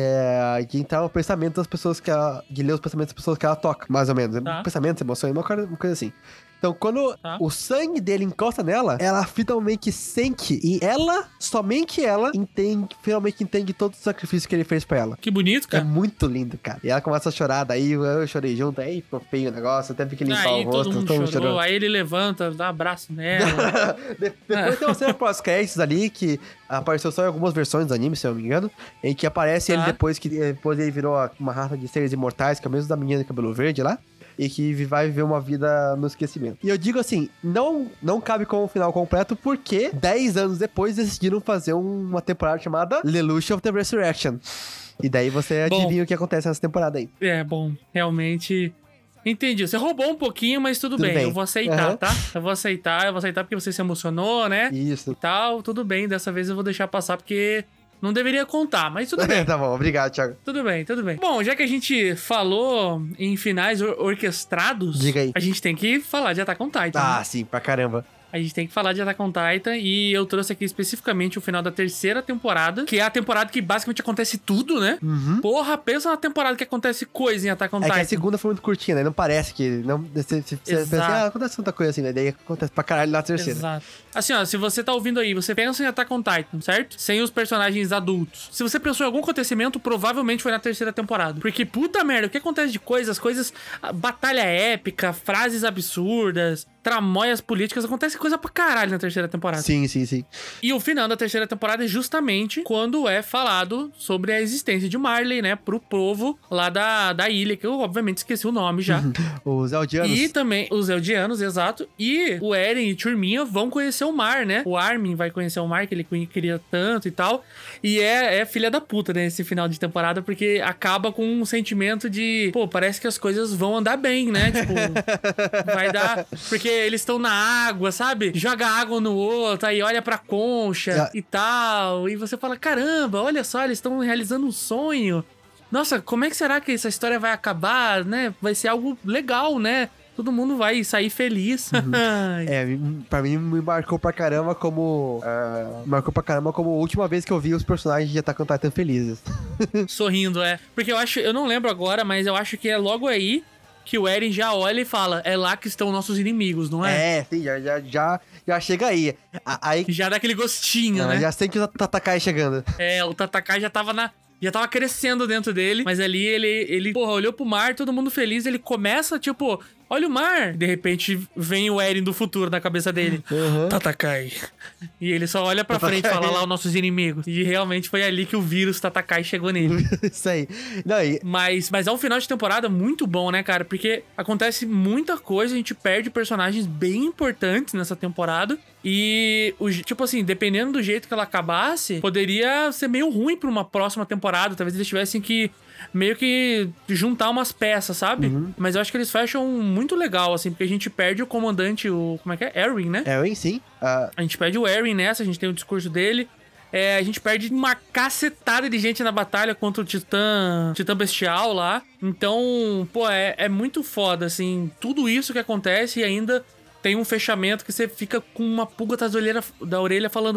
é, de entrar no pensamento das pessoas que ela... De ler os pensamentos das pessoas que ela toca, mais ou menos. Tá. Pensamentos, emoções, uma coisa, uma coisa assim. Então, quando Tá. o sangue dele encosta nela, ela finalmente sente. E ela, somente ela, entende, finalmente entende todo o sacrifício que ele fez pra ela. Que bonito, É cara. muito lindo, cara. E ela começa a chorar, daí eu chorei junto, aí ficou feio o negócio, até fiquei limpar Aí o todo rosto, mundo chorou, aí ele levanta, dá um abraço nela. De- Depois tem uma cena pós-créditos ali que apareceu só em algumas versões do anime, se eu não me engano, em que aparece Tá. ele depois que depois ele virou uma raça de seres imortais, que é o mesmo da menina de cabelo verde lá. E que vai viver uma vida no esquecimento. E eu digo assim, não, não cabe como final completo, porque dez anos depois decidiram fazer uma temporada chamada Lelouch of the Resurrection. E daí você Bom. adivinha o que acontece nessa temporada aí. É, bom, realmente... Entendi. Você roubou um pouquinho, mas tudo, Tudo bem. bem. Eu vou aceitar, Aham. tá? Eu vou aceitar, eu vou aceitar porque você se emocionou, né? Isso. E tal, tudo bem. Dessa vez eu vou deixar passar porque não deveria contar, mas tudo bem. Tá bom, obrigado, Thiago. Tudo bem, tudo bem. Bom, já que a gente falou em finais or- orquestrados, Diga aí. a gente tem que falar de Attack on Titan. Ah, né? sim, pra caramba. A gente tem que falar de Attack on Titan e eu trouxe aqui especificamente o final da terceira temporada, que é a temporada que basicamente acontece tudo, né? Uhum. Porra, pensa na temporada que acontece coisa em Attack on É que Titan. a segunda foi muito curtinha, né? Não parece que... Não, você você- você Exato. pensa, ah, acontece tanta coisa assim, né? Daí acontece pra caralho na terceira. Exato. Assim, ó, se você tá ouvindo aí, você pensa em Attack on Titan, certo? Sem os personagens adultos. Se você pensou em algum acontecimento, provavelmente foi na terceira temporada. Porque, puta merda, o que acontece de coisas, coisas... ah, Batalha épica, frases absurdas, tramóias políticas, acontece coisa pra caralho na terceira temporada. Sim, sim, sim. E o final da terceira temporada é justamente quando é falado sobre a existência de Marley, né? Pro povo lá da, da ilha, que eu obviamente esqueci o nome já. Os Eldianos. E também os Eldianos, exato. E o Eren e Turminha vão conhecer o mar, né? O Armin vai conhecer o mar, que ele queria tanto e tal. E é, é filha da puta, né? Esse final de temporada, porque acaba com um sentimento de... Pô, parece que as coisas vão andar bem, né? Tipo, vai dar... Porque eles estão na água, sabe? Joga água no outro, aí olha pra concha É. e tal. E você fala, caramba, olha só, eles estão realizando um sonho. Nossa, como é que será que essa história vai acabar, né? Vai ser algo legal, né? Todo mundo vai sair feliz. É, me- pra mim me marcou pra caramba como... ah, marcou pra caramba como a última vez que eu vi os personagens de Attack on Titan felizes. Sorrindo, é. Porque eu acho, eu não lembro agora, mas eu acho que é logo aí que o Eren já olha e fala, é lá que estão nossos inimigos, não é? É, sim, já, já, já, já chega aí. A- Aí Já dá aquele gostinho, ah, né? já sei que o Tatakai chegando. É, o Tatakai já tava na... Já tava crescendo dentro dele, mas ali ele, ele, porra, olhou pro mar, todo mundo feliz, ele começa, tipo, olha o mar. De repente, vem o Eren do futuro na cabeça dele. Uhum. Tatakai. E ele só olha pra frente e fala lá os nossos inimigos. E realmente foi ali que o vírus Tatakai chegou nele. Isso aí. Não, e, Mas, mas é um final de temporada muito bom, né, cara? Porque acontece muita coisa, a gente perde personagens bem importantes nessa temporada. E, o, tipo assim, dependendo do jeito que ela acabasse, poderia ser meio ruim pra uma próxima temporada. Talvez eles tivessem que meio que juntar umas peças, sabe? Mas eu acho que eles fecham muito legal, assim, porque a gente perde o comandante, o... Como é que é? Eren, né? é, eu sim. Ah, A gente perde o Eren nessa, a gente tem o discurso dele. É, a gente perde uma cacetada de gente na batalha contra o Titã, Titã Bestial lá. Então, pô, é, é muito foda, assim, tudo isso que acontece e ainda tem um fechamento que você fica com uma pulga atrás da orelha, da orelha falando: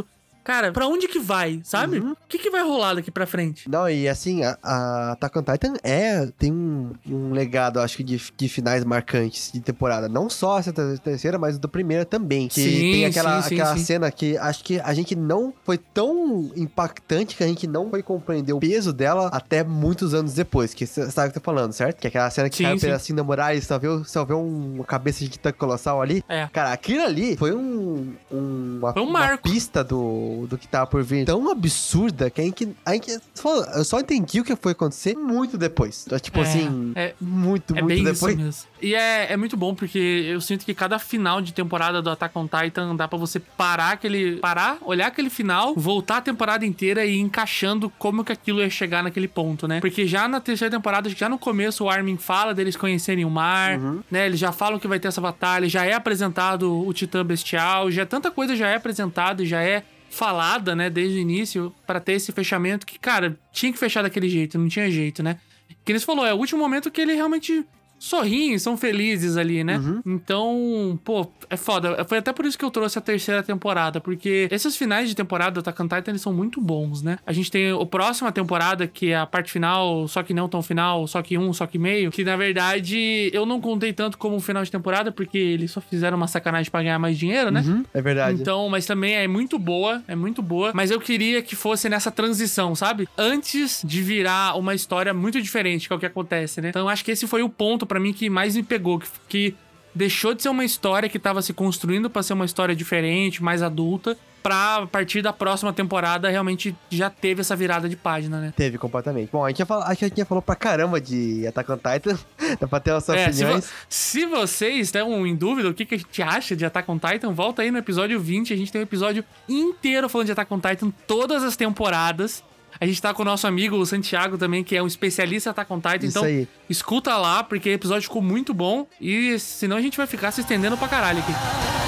cara, pra onde que vai, sabe? O Uhum. que que vai rolar daqui pra frente? Não, e assim, a, a Attack on Titan é, tem um, um legado, acho que, de, de finais marcantes de temporada. Não só essa ter- terceira, mas da primeira também. Que Sim, tem aquela, sim, sim, aquela sim. cena que acho que a gente não foi tão impactante que a gente não foi compreender o peso dela até muitos anos depois. Que você sabe o que eu tô falando, certo? Que é aquela cena que Sim, cai um sim. pedacinho da muralha e só vê, o- só vê um- uma cabeça de titã colossal ali. É. Cara, aquilo ali foi um, um- uma, Foi um uma marco. pista do, do que tava por vir tão absurda que a gente, a gente só- eu só entendi o que foi acontecer muito depois. Então, tipo É, assim, é- muito, É muito bem depois. isso mesmo. E é, é muito bom porque eu sinto que cada final de temporada do Attack on Titan dá pra você parar aquele. Parar, olhar aquele final, voltar a temporada inteira e ir encaixando como que aquilo ia chegar naquele ponto, né? Porque já na terceira temporada, já no começo, o Armin fala deles conhecerem o mar, Uhum. né? Eles já falam que vai ter essa batalha, já é apresentado o Titã Bestial, já tanta coisa já é apresentada e já é falada, né, desde o início, pra ter esse fechamento que, cara, tinha que fechar daquele jeito, não tinha jeito, né? Que nem você falou, é o último momento que ele realmente sorriem, são felizes ali, né? Uhum. Então, pô, é foda. Foi até por isso que eu trouxe a terceira temporada, porque esses finais de temporada do Attack on Titan, eles são muito bons, né? A gente tem a próxima temporada, que é a parte final, só que não tão final, só que um, só que meio, que na verdade eu não contei tanto como um final de temporada, porque eles só fizeram uma sacanagem pra ganhar mais dinheiro, né? Uhum, é verdade. Então, mas também é muito boa, é muito boa. Mas eu queria que fosse nessa transição, sabe? Antes de virar uma história muito diferente, que é o que acontece, né? Então, eu acho que esse foi o ponto pra mim que mais me pegou, que, que deixou de ser uma história que tava se construindo pra ser uma história diferente, mais adulta, pra a partir da próxima temporada realmente já teve essa virada de página, né? Teve completamente. Bom, a gente já falou, acho que a gente já falou pra caramba de Attack on Titan. Dá pra ter as suas É, se, vo- opiniões. se vocês estão em dúvida o que, que a gente acha de Attack on Titan, volta aí no episódio vinte. A gente tem um episódio inteiro falando de Attack on Titan, todas as temporadas. A gente tá com o nosso amigo o Santiago também, que é um especialista em Attack on Titan. Isso Então, aí. escuta lá, porque o episódio ficou muito bom. E senão a gente vai ficar se estendendo pra caralho aqui.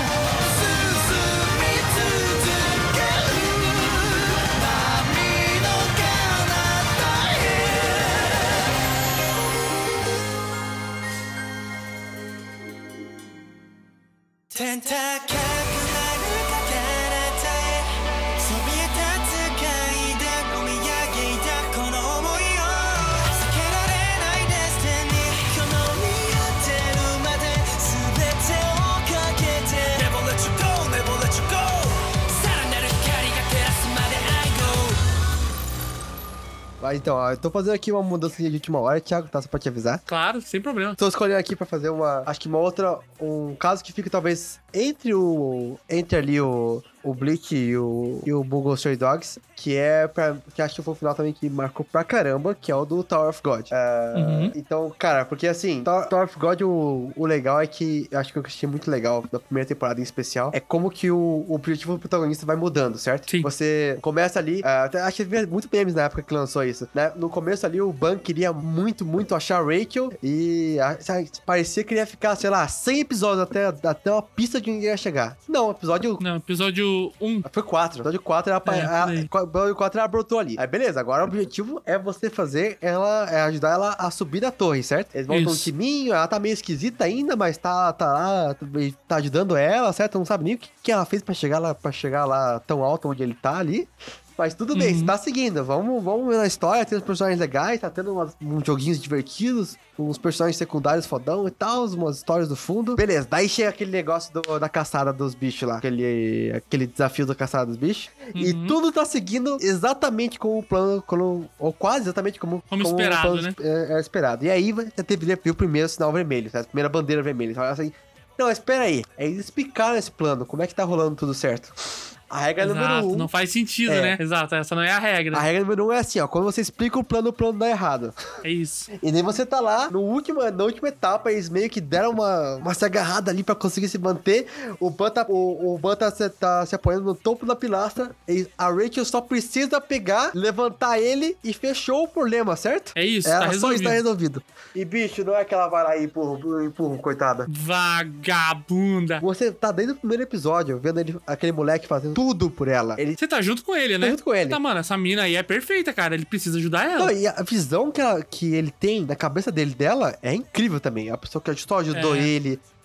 Mas então, ó, eu tô fazendo aqui uma mudança de última hora, Thiago, tá? Só pra te avisar. Claro, sem problema. Tô escolhendo aqui pra fazer uma, acho que uma outra, um caso que fica talvez entre o, entre ali o, o Bleach e o, e o Bungo Stray Dogs, que é, pra, que acho que foi o final também que marcou pra caramba, que é o do Tower of God. É, Uhum. Então, cara, porque assim, Tower, Tower of God, o, o legal é que, eu acho que eu achei muito legal da primeira temporada em especial, é como que o, o objetivo do protagonista vai mudando, certo? Sim. Você começa ali, é, até acho que havia muito memes na época que lançou isso, né? No começo ali, o Ban queria muito, muito achar a Rachel e a, sabe, parecia que ele ia ficar, sei lá, cem episódios até, até uma pista de onde ele ia chegar. Não, episódio... Não, episódio um. Foi quatro. Episódio quatro era, É, a, por aí. a, episódio quatro ela brotou ali. Aí beleza, agora o objetivo é você fazer ela, é ajudar ela a subir da torre, certo? Eles montam um Isso. timinho, ela tá meio esquisita ainda, mas tá, tá lá, tá ajudando ela, certo? Não sabe nem o que, que ela fez pra chegar lá, pra chegar lá tão alto onde ele tá ali. Mas tudo bem, Uhum. você tá seguindo. Vamos, vamos ver na história, tem uns personagens legais, tá tendo umas- uns joguinhos divertidos, uns personagens secundários fodão e tal, umas histórias do fundo. Beleza, daí chega aquele negócio do- da caçada dos bichos lá, aquele, aquele desafio da caçada dos bichos. E Uhum. tudo tá seguindo exatamente como o plano, como- ou quase exatamente como, Como o esperado, plano né? é, é esperado. E aí vai- já teve viu o primeiro sinal vermelho, certo? A primeira bandeira vermelha. Então, assim, não, espera aí. Aí eles explicaram esse plano, como é que tá rolando tudo certo. A regra número Exato, um... não faz sentido, É. né? Exato, essa não é a regra. A regra número um é assim, ó. Quando você explica o plano, o plano dá errado. É isso. E nem você tá lá, no último, na última etapa, eles meio que deram uma, uma se agarrada ali pra conseguir se manter. O Ban tá, o, o Ban tá, se- tá se apoiando no topo da pilastra. E a Rachel só precisa pegar, levantar ele e fechou o problema, certo? É isso, Ela tá só resolvido. está resolvido. E bicho, não é que ela vai lá e empurra, empurra, coitada. Vagabunda. Você tá desde o primeiro episódio vendo ele, aquele moleque fazendo tudo por ela. Ele Você tá junto com ele, né? junto com ele. Tá, mano, essa mina aí é perfeita, cara. Ele precisa ajudar ela. Não, e a visão que, ela- que ele tem na cabeça dele dela é incrível também. A pessoa que só ajudou É. ele,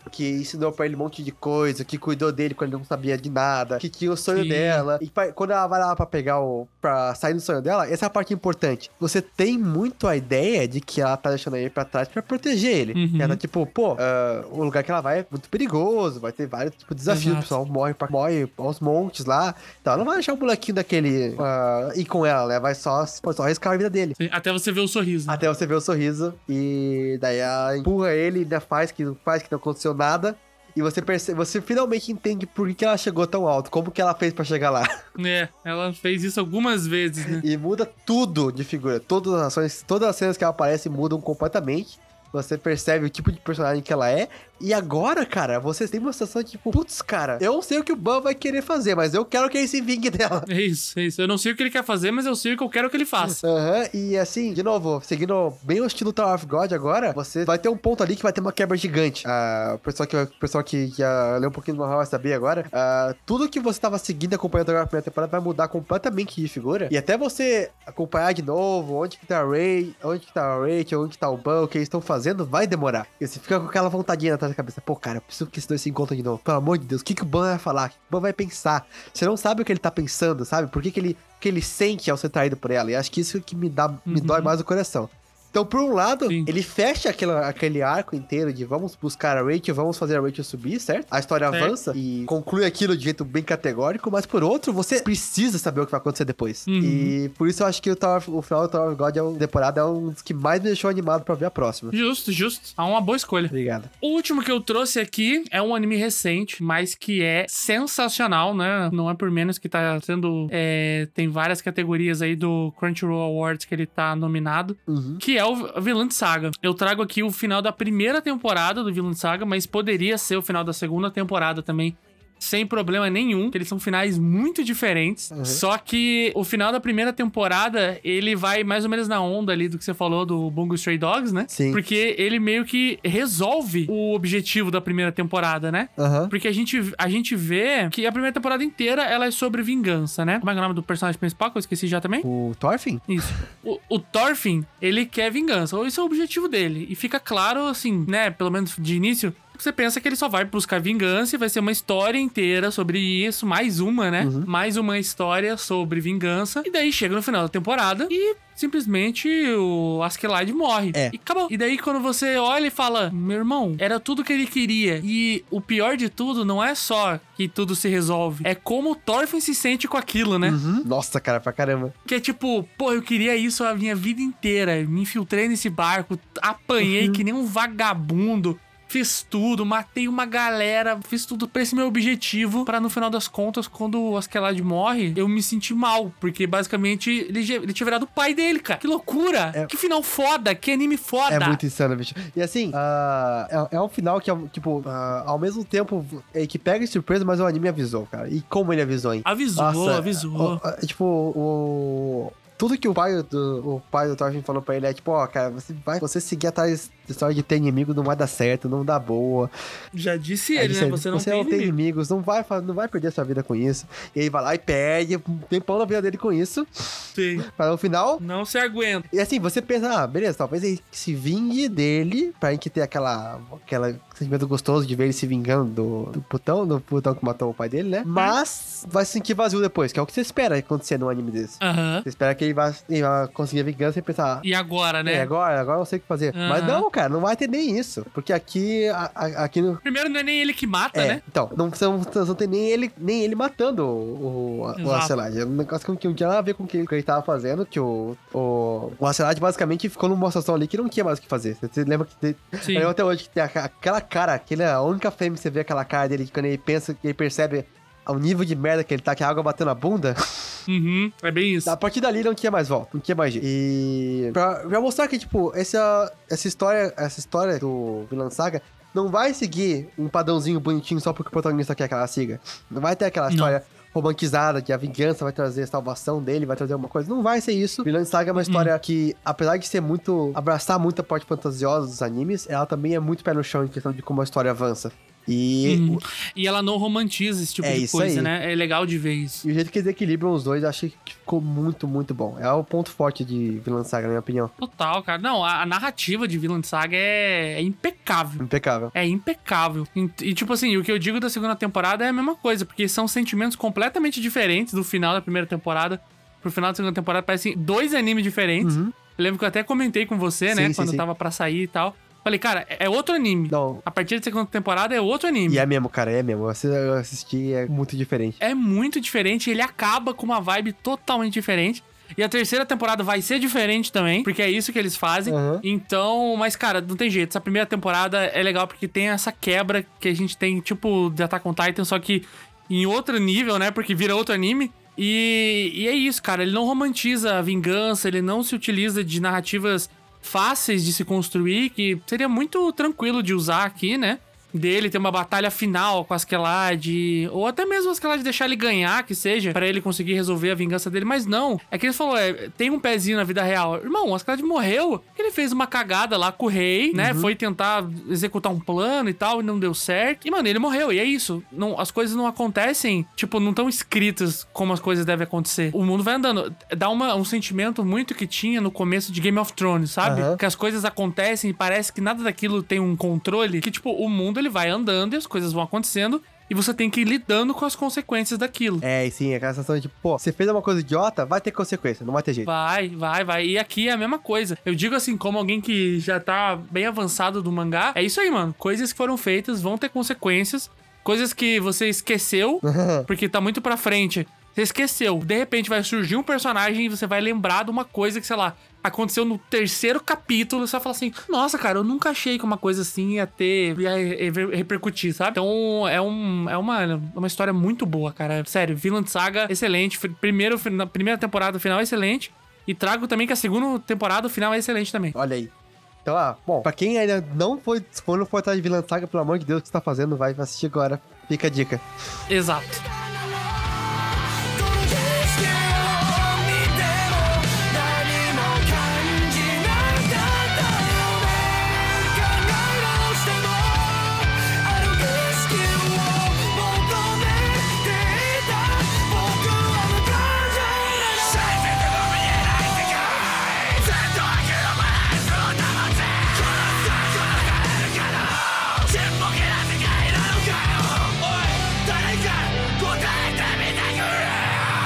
que ensinou pra ele um monte de coisa, que cuidou dele quando ele não sabia de nada, que tinha o sonho Sim. dela. E pra- quando ela vai lá pra pegar o... pra sair do sonho dela, essa é a parte importante. Você tem muito a ideia de que ela tá deixando ele pra trás pra proteger ele. Uhum. Ela, tipo, pô, ah, o lugar que ela vai é muito perigoso, vai ter vários tipo, desafios, Exato. o pessoal morre, pra, morre aos montes lá. Então ela não vai deixar o molequinho daquele ah, ir com ela, né? Vai só, só arriscar a vida dele. Sim, até você ver o sorriso. né? Até você ver o sorriso e daí ela empurra ele, ainda faz que, faz que não aconteceu nada. E você percebe, você finalmente entende por que que ela chegou tão alto, como que ela fez pra chegar lá. É, ela fez isso algumas vezes, né? E muda tudo de figura. Todas as ações, todas as cenas que ela aparece mudam completamente. Você percebe o tipo de personagem que ela é. E agora, cara, você tem uma sensação de tipo, putz, cara, eu não sei o que o Ban vai querer fazer, mas eu quero que ele se vingue dela. É isso, é isso. Eu não sei o que ele quer fazer, mas eu sei o que eu quero que ele faça. Aham, e assim, de novo, seguindo bem o estilo Tower of God agora, você vai ter um ponto ali que vai ter uma quebra gigante. Ah, o pessoal que, o pessoal que já leu um pouquinho do Mahou vai saber agora, ah, tudo que você tava seguindo e acompanhando agora na primeira temporada vai mudar completamente de figura. E até você acompanhar de novo onde que tá a Ray, onde que tá a Rachel, onde que tá o Ban, o que eles estão fazendo, vai demorar. E você fica com aquela vontadinha atrás da cabeça, pô, cara, eu preciso que esses dois se encontrem de novo. Pelo amor de Deus, o que que o Ban vai falar? O que o Ban vai pensar? Você não sabe o que ele tá pensando, sabe? Por que que ele, o que ele sente ao ser traído por ela? E acho que isso que me dá, me Uhum. dói mais o coração. Então, por um lado, Sim. ele fecha aquela, aquele arco inteiro de vamos buscar a Rachel, vamos fazer a Rachel subir, certo? A história Certo. avança e conclui aquilo de jeito bem categórico, mas por outro, você precisa saber o que vai acontecer depois. Uhum. E por isso eu acho que o, Tower, o final do Tower of God é uma temporada é um dos que mais me deixou animado pra ver a próxima. Justo, justo. É uma boa escolha. Obrigado. O último que eu trouxe aqui é um anime recente, mas que é sensacional, né? Não é por menos que tá sendo... é, tem várias categorias aí do Crunchyroll Awards que ele tá nominado, Uhum. que é o Vinland Saga. Eu trago aqui o final da primeira temporada do Vinland Saga, mas poderia ser o final da segunda temporada também, sem problema nenhum, que eles são finais muito diferentes. Uhum. Só que o final da primeira temporada, ele vai mais ou menos na onda ali do que você falou do Bungo Stray Dogs, né? Sim. Porque ele meio que resolve o objetivo da primeira temporada, né? Aham. Porque a gente, a gente vê que a primeira temporada inteira, ela é sobre vingança, né? Como é que é o nome do personagem principal, que eu esqueci já também? O Thorfinn? Isso. O, o Thorfinn, ele quer vingança. Ou esse é o objetivo dele. E fica claro, assim, né? Pelo menos de início, você pensa que ele só vai buscar vingança e vai ser uma história inteira sobre isso. Mais uma, né? Uhum. Mais uma história sobre vingança. E daí chega no final da temporada e simplesmente o Askeladd morre. É. E acabou. E daí quando você olha e fala, meu irmão, era tudo que ele queria. E o pior de tudo não é só que tudo se resolve. É como o Thorfinn se sente com aquilo, né? Uhum. Nossa, cara, pra caramba. Que é tipo, pô, eu queria isso a minha vida inteira. Me infiltrei nesse barco, apanhei que nem um vagabundo. Fiz tudo, matei uma galera, fiz tudo pra esse meu objetivo, pra no final das contas, quando o Askeladd morre, eu me senti mal, porque basicamente ele, já- ele tinha virado o pai dele, cara. Que loucura! É- Que final foda, que anime foda! É muito insano, bicho. E assim, ah, é, é um final que, é, um, tipo, ah, ao mesmo tempo é, que pega de surpresa, mas o anime avisou, cara. E como ele avisou, hein? Avisou, Nossa, avisou. o- a- tipo, o... Tudo que o pai do, o pai do Thorfinn falou pra ele é tipo, ó, cara, você vai, você seguir atrás da história de ter inimigo não vai dar certo, não dá boa. Já disse Aí ele, disse, né? Você não tem inimigo. inimigos, não vai, fa- não vai perder sua vida com isso. E aí vai lá e perde um tempão na vida dele com isso, Sim. para no final... Não se aguenta. E assim, você pensa, ah, beleza, talvez ele se vingue dele, pra gente ter aquela, aquela sentimento gostoso de ver ele se vingando do, do putão, do putão que matou o pai dele, né? Mas vai se sentir vazio depois, que é o que você espera acontecer num anime desse. Aham. Você espera que ele vá, ele vá conseguir a vingança e pensar, E agora, é, né? agora, agora eu não sei o que fazer. Aham. Mas não, cara, não vai ter nem isso. Porque aqui, a- a- aqui no... Primeiro, não é nem ele que mata, É, né? então, não, você não, você não tem nem ele, nem ele matando o, o, o Exato. Acelad. É um negócio que não tinha nada a ver com o que, que ele tava fazendo, que o, o, o Acelad basicamente ficou numa situação ali que não tinha mais o que fazer. Você, você lembra que tem, Sim. eu lembro até hoje que tem a- aquela cara, aquele é a única frame que você vê aquela cara dele, que quando ele pensa, ele percebe o nível de merda que ele tá, que a água batendo na bunda. Uhum. É bem isso. A partir dali não tinha mais volta, não tinha mais jeito. E pra, pra mostrar que, tipo, essa, essa história, essa história do Vinland Saga não vai seguir um padrãozinho bonitinho só porque o protagonista quer que ela siga. Não vai ter aquela Não. história romantizada que a vingança vai trazer a salvação dele, vai trazer alguma coisa. Não vai ser isso. Vinland Saga é uma história que, apesar de ser muito... abraçar muito a parte fantasiosa dos animes, ela também é muito pé no chão em questão de como a história avança. E, Uhum. E ela não romantiza esse tipo É de isso coisa, aí. né? É legal de ver isso. e o jeito que eles equilibram os dois, eu achei que ficou muito, muito bom. É o ponto forte de Vinland Saga, na minha opinião. Total, cara. Não, a, a narrativa de Vinland Saga é, é impecável. Impecável. É impecável. E, e, tipo assim, o que eu digo da segunda temporada é a mesma coisa, porque são sentimentos completamente diferentes do final da primeira temporada pro final da segunda temporada. Parecem dois animes diferentes. Uhum. Eu lembro que eu até comentei com você, Sim, né? sim, quando sim. tava pra sair e tal. Falei, cara, é outro anime. Não. A partir da segunda temporada é outro anime. E é mesmo, cara, é mesmo. Eu assi- eu assisti, é muito diferente. É muito diferente, ele acaba com uma vibe totalmente diferente. E a terceira temporada vai ser diferente também, porque é isso que eles fazem. Uhum. Então, mas cara, não tem jeito. Essa primeira temporada é legal porque tem essa quebra que a gente tem, tipo, de Attack on Titan, só que em outro nível, né? Porque vira outro anime. E, e é isso, cara. Ele não romantiza a vingança, ele não se utiliza de narrativas fáceis de se construir, que seria muito tranquilo de usar aqui, né? Dele ter uma batalha final com a Askeladd, ou até mesmo a Askeladd deixar ele ganhar, que seja, pra ele conseguir resolver a vingança dele, mas não. É que ele falou, é, tem um pezinho na vida real. Irmão, o Askeladd morreu, ele fez uma cagada lá com o rei, né? Foi tentar executar um plano e tal, e não deu certo. E, mano, ele morreu, e é isso. Não, as coisas não acontecem, tipo, não estão escritas como as coisas devem acontecer. O mundo vai andando. Dá uma, um sentimento muito que tinha no começo de Game of Thrones, sabe? Aham. Que as coisas acontecem e parece que nada daquilo tem um controle, que, tipo, o mundo ele vai andando e as coisas vão acontecendo e você tem que ir lidando com as consequências daquilo. É, e sim, aquela sensação de, pô, você fez uma coisa idiota, vai ter consequência, não vai ter jeito. Vai, vai, vai. E aqui é a mesma coisa. Eu digo assim, como alguém que já tá bem avançado do mangá, é isso aí, mano. Coisas que foram feitas vão ter consequências. Coisas que você esqueceu, porque tá muito pra frente. Você esqueceu. De repente vai surgir um personagem e você vai lembrar de uma coisa que, sei lá, aconteceu no terceiro capítulo. Você vai falar assim, nossa, cara, eu nunca achei que uma coisa assim ia ter, ia re- repercutir, sabe? Então é, um, é uma, uma história muito boa, cara. Sério, Vinland Saga, excelente. Primeiro, na primeira temporada, o final é excelente. E trago também que a segunda temporada, o final é excelente também. Olha aí. Então, ah, bom, pra quem ainda não foi, for não for atrás de Vinland Saga, pelo amor de Deus, o que você tá fazendo, vai assistir agora. Fica a dica. Exato. この景色を見ても何も感じなかったよね考え直してもあの景色を求めていた僕は無感情なの全ても見えない世界ずっと明けのバランスを保つこの先は変えるかなちっぽけな世界なのかよおい誰か答えてみてくれ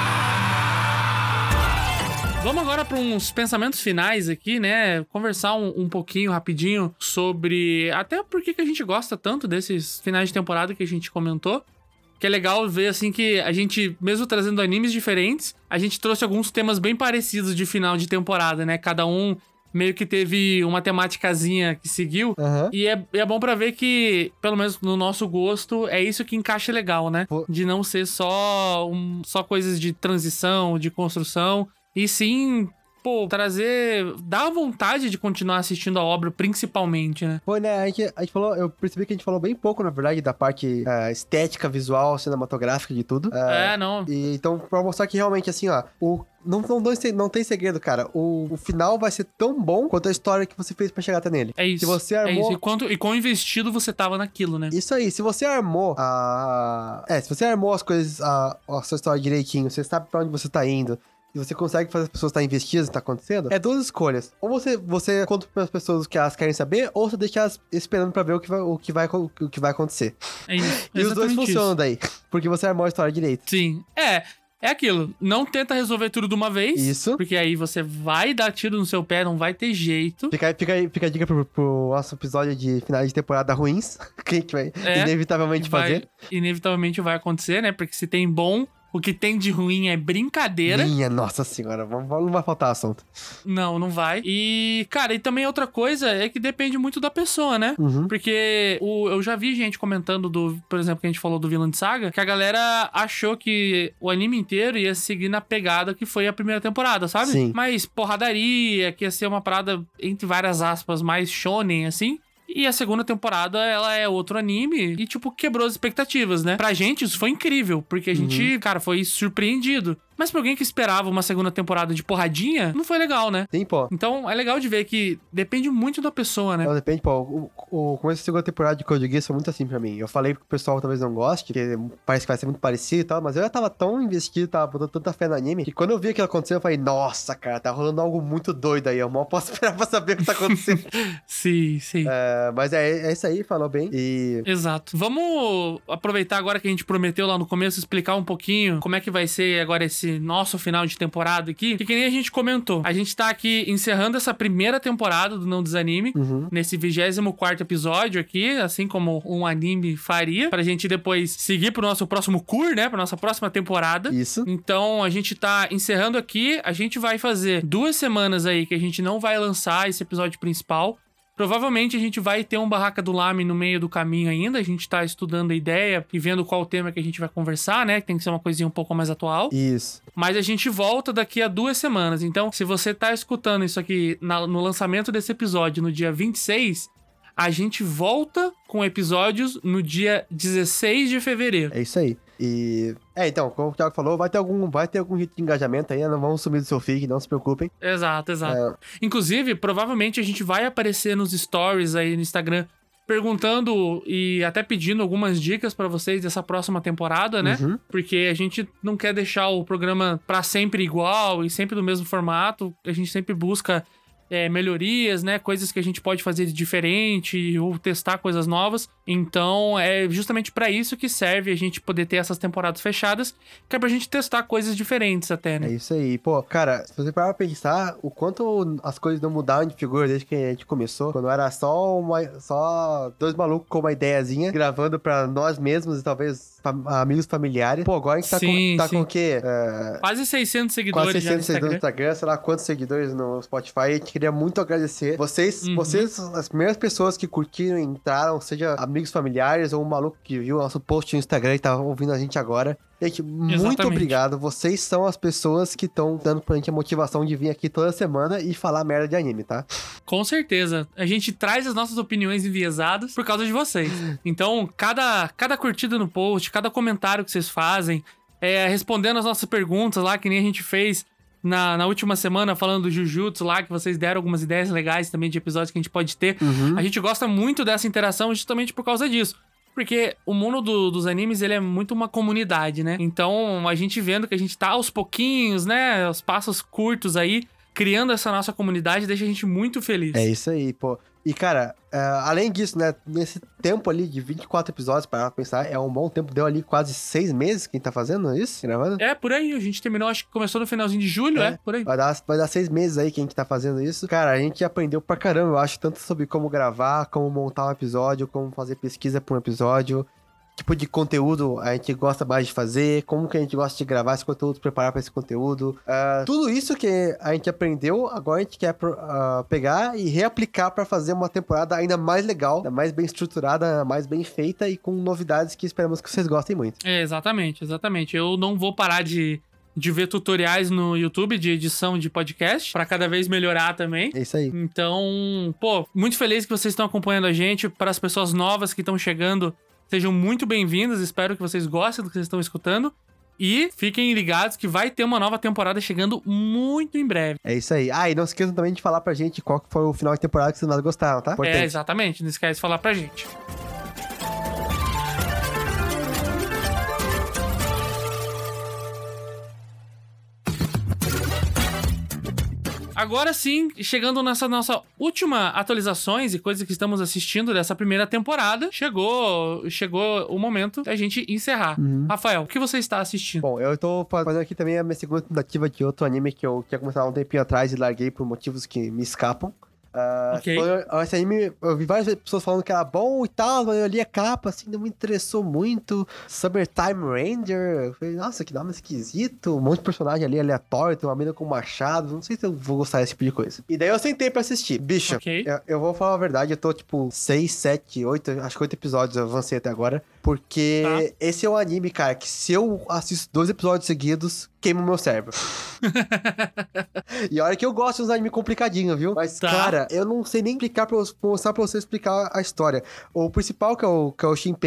Vamos agora para uns pensamentos finais aqui, né? Conversar um, um pouquinho rapidinho sobre até por que que a gente gosta tanto desses finais de temporada que a gente comentou. Que é legal ver, assim, que a gente, mesmo trazendo animes diferentes, a gente trouxe alguns temas bem parecidos de final de temporada, né? Cada um meio que teve uma temáticazinha que seguiu. Aham. E é, é bom pra ver que, pelo menos no nosso gosto, é isso que encaixa legal, né? Pô. De não ser só, um, só coisas de transição, de construção, e sim, pô, trazer... Dá vontade de continuar assistindo a obra, principalmente, né? Foi, né? A gente, a gente falou, eu percebi que a gente falou bem pouco, na verdade, da parte eh, estética, visual, cinematográfica de tudo. Eh, É, não. E, então, pra mostrar que realmente, assim, ó, o, não, não, não, tem- não tem segredo, cara. O, o final vai ser tão bom quanto a história que você fez pra chegar até nele. É isso. Se você É armou... isso. E, quanto, e quão investido você tava naquilo, né? Isso aí, se você armou a... É, se você armou as coisas, a, a sua história direitinho, você sabe pra onde você tá indo, e você consegue fazer as pessoas estarem investidas no que tá acontecendo, é duas escolhas. Ou você, você conta pras pessoas o que elas querem saber, ou você deixa elas esperando pra ver o que vai, o que vai, o que vai acontecer. É isso. E os dois Exatamente funcionam isso. daí, porque você armou a história direito. Sim. É, é aquilo. Não tenta resolver tudo de uma vez. Isso. Porque aí você vai dar tiro no seu pé, não vai ter jeito. Fica, aí- fica, aí- fica a dica pro, pro nosso episódio de finais de temporada ruins, que a gente vai É, inevitavelmente Vai, fazer. inevitavelmente vai acontecer, né? Porque se tem bom, o que tem de ruim é brincadeira. Minha nossa senhora, vamos- não vai faltar assunto. Não, não vai. E, cara, e também outra coisa é que depende muito da pessoa, né? Uhum. Porque o, eu já vi gente comentando do, por exemplo, que a gente falou do Vinland Saga, que a galera achou que o anime inteiro ia seguir na pegada que foi a primeira temporada, sabe? Sim. Mas porradaria, que ia ser uma parada, entre várias aspas, mais shonen, assim. E a segunda temporada, ela é outro anime e, tipo, quebrou as expectativas, né? Pra gente, isso foi incrível, porque a gente, cara, foi surpreendido. Mas pra alguém que esperava uma segunda temporada de porradinha, não foi legal, né? Sim, pô. Então é legal de ver que depende muito da pessoa, né? Não, depende, pô. O, o começo da segunda temporada de Code Geass foi muito assim pra mim. Eu falei que o pessoal talvez não goste, porque parece que vai ser muito parecido e tal, mas eu já tava tão investido, tava botando tanta fé no anime, que quando eu vi aquilo acontecer, eu falei, nossa, cara, tá rolando algo muito doido aí. Eu mal posso esperar pra saber o que tá acontecendo. Sim, sim. É, mas é, é isso aí, falou bem. E Exato. Vamos aproveitar agora que a gente prometeu lá no começo, explicar um pouquinho como é que vai ser agora esse nosso final de temporada aqui. Que, que nem a gente comentou. A gente tá aqui encerrando essa primeira temporada do Não Desanime, Uhum. nesse vigésimo quarto episódio aqui, assim como um anime faria, pra gente depois seguir pro nosso próximo cur, né? Pra nossa próxima temporada. Isso. Então, a gente tá encerrando aqui. A gente vai fazer duas semanas aí que a gente não vai lançar esse episódio principal. Provavelmente a gente vai ter um Barraca do Lame no meio do caminho ainda. A gente tá estudando a ideia e vendo qual tema que a gente vai conversar, né? Que tem que ser uma coisinha um pouco mais atual. Isso. Mas a gente volta daqui a duas semanas. Então, se você tá escutando isso aqui na- no lançamento desse episódio no dia vinte e seis, a gente volta com episódios no dia dezesseis de fevereiro. É isso aí. E. É, então, como o Thiago falou, vai ter algum, vai ter algum jeito de engajamento aí, não vamos sumir do seu feed, não se preocupem. Exato, exato. É. Inclusive, provavelmente a gente vai aparecer nos stories aí no Instagram perguntando e até pedindo algumas dicas pra vocês dessa próxima temporada, né? Uhum. Porque a gente não quer deixar o programa pra sempre igual e sempre do mesmo formato. A gente sempre busca é, melhorias, né? Coisas que a gente pode fazer de diferente ou testar coisas novas. Então, é justamente pra isso que serve a gente poder ter essas temporadas fechadas, que é pra gente testar coisas diferentes até, né? É isso aí. Pô, cara, se você parar pra pensar, o quanto as coisas não mudaram de figura desde que a gente começou, quando era só, uma, só dois malucos com uma ideiazinha, gravando pra nós mesmos e talvez fam- amigos familiares. Pô, agora a gente tá, Sim, com, tá sim. com o quê? É, Quase seiscentos seguidores quase já no seiscentos seguidores no Instagram. Instagram, sei lá quantos seguidores no Spotify. A gente queria muito agradecer. Vocês, Uhum. vocês, as primeiras pessoas que curtiram e entraram, seja amigos familiares ou um maluco que viu o nosso post no Instagram e tá ouvindo a gente agora. Gente, muito Exatamente. obrigado. Vocês são as pessoas que estão dando pra gente a motivação de vir aqui toda semana e falar merda de anime, tá? Com certeza. A gente traz as nossas opiniões enviesadas por causa de vocês. Então, cada, cada curtida no post, cada comentário que vocês fazem, é, respondendo as nossas perguntas lá, que nem a gente fez na, na última semana, falando do Jujutsu lá, que vocês deram algumas ideias legais também de episódios que a gente pode ter. A gente gosta muito dessa interação justamente por causa disso. Porque o mundo do- dos animes, ele é muito uma comunidade, né? Então, a gente vendo que a gente tá aos pouquinhos, né? Aos passos curtos aí, criando essa nossa comunidade, deixa a gente muito feliz. É isso aí, pô. E, cara, é, além disso, né, nesse tempo ali de vinte e quatro episódios, para pensar, é um bom tempo. Deu ali quase seis meses quem tá fazendo isso, gravando. É, por aí. A gente terminou, acho que começou no finalzinho de julho, é, É. por aí. Vai dar, vai dar seis meses aí que a gente tá fazendo isso. Cara, a gente aprendeu pra caramba, eu acho, tanto sobre como gravar, como montar um episódio, como fazer pesquisa pra um episódio, tipo de conteúdo a gente gosta mais de fazer, como que a gente gosta de gravar esse conteúdo, preparar pra esse conteúdo. Ah, tudo isso que a gente aprendeu, agora a gente quer pro- ah, pegar e reaplicar pra fazer uma temporada ainda mais legal, ainda mais bem estruturada, mais bem feita e com novidades que esperamos que vocês gostem muito. É, exatamente, exatamente. Eu não vou parar de, de ver tutoriais no YouTube de edição de podcast, pra cada vez melhorar também. É isso aí. Então, pô, muito feliz que vocês estão acompanhando a gente. Para as pessoas novas que estão chegando, sejam muito bem-vindas. Espero que vocês gostem do que vocês estão escutando. E fiquem ligados que vai ter uma nova temporada chegando muito em breve. É isso aí. Ah, e não se esqueçam também de falar pra gente qual que foi o final de temporada que vocês mais gostaram, tá? É, Importante. exatamente. Não esquece de falar pra gente. Agora sim, chegando nessa nossa última atualizações e coisas que estamos assistindo dessa primeira temporada, chegou, chegou o momento da gente encerrar. Rafael, o que você está assistindo? Bom, eu tô fazendo aqui também a minha segunda tentativa de outro anime que eu tinha começado há um tempinho atrás e larguei por motivos que me escapam. Ah, Ok. foi- esse anime, eu vi várias pessoas falando que era bom e tal, mas eu li a capa, assim, não me interessou muito. Summertime Ranger, eu falei, nossa, que nome esquisito. Um monte de personagem ali aleatório, tem uma mina com machado, não sei se eu vou gostar desse tipo de coisa. E daí eu sentei pra assistir. Bicho, Ok. eu, eu vou falar a verdade, eu tô tipo seis, sete, oito, acho que oito episódios eu avancei até agora. Porque Tá. esse é um anime, cara, que se eu assisto dois episódios seguidos, queima o meu cérebro. E olha que eu gosto de uns anime complicadinho, viu? Mas, Tá. cara, eu não sei nem explicar pra, eu- mostrar pra você explicar a história. O principal, que é o, que é o Shinpei,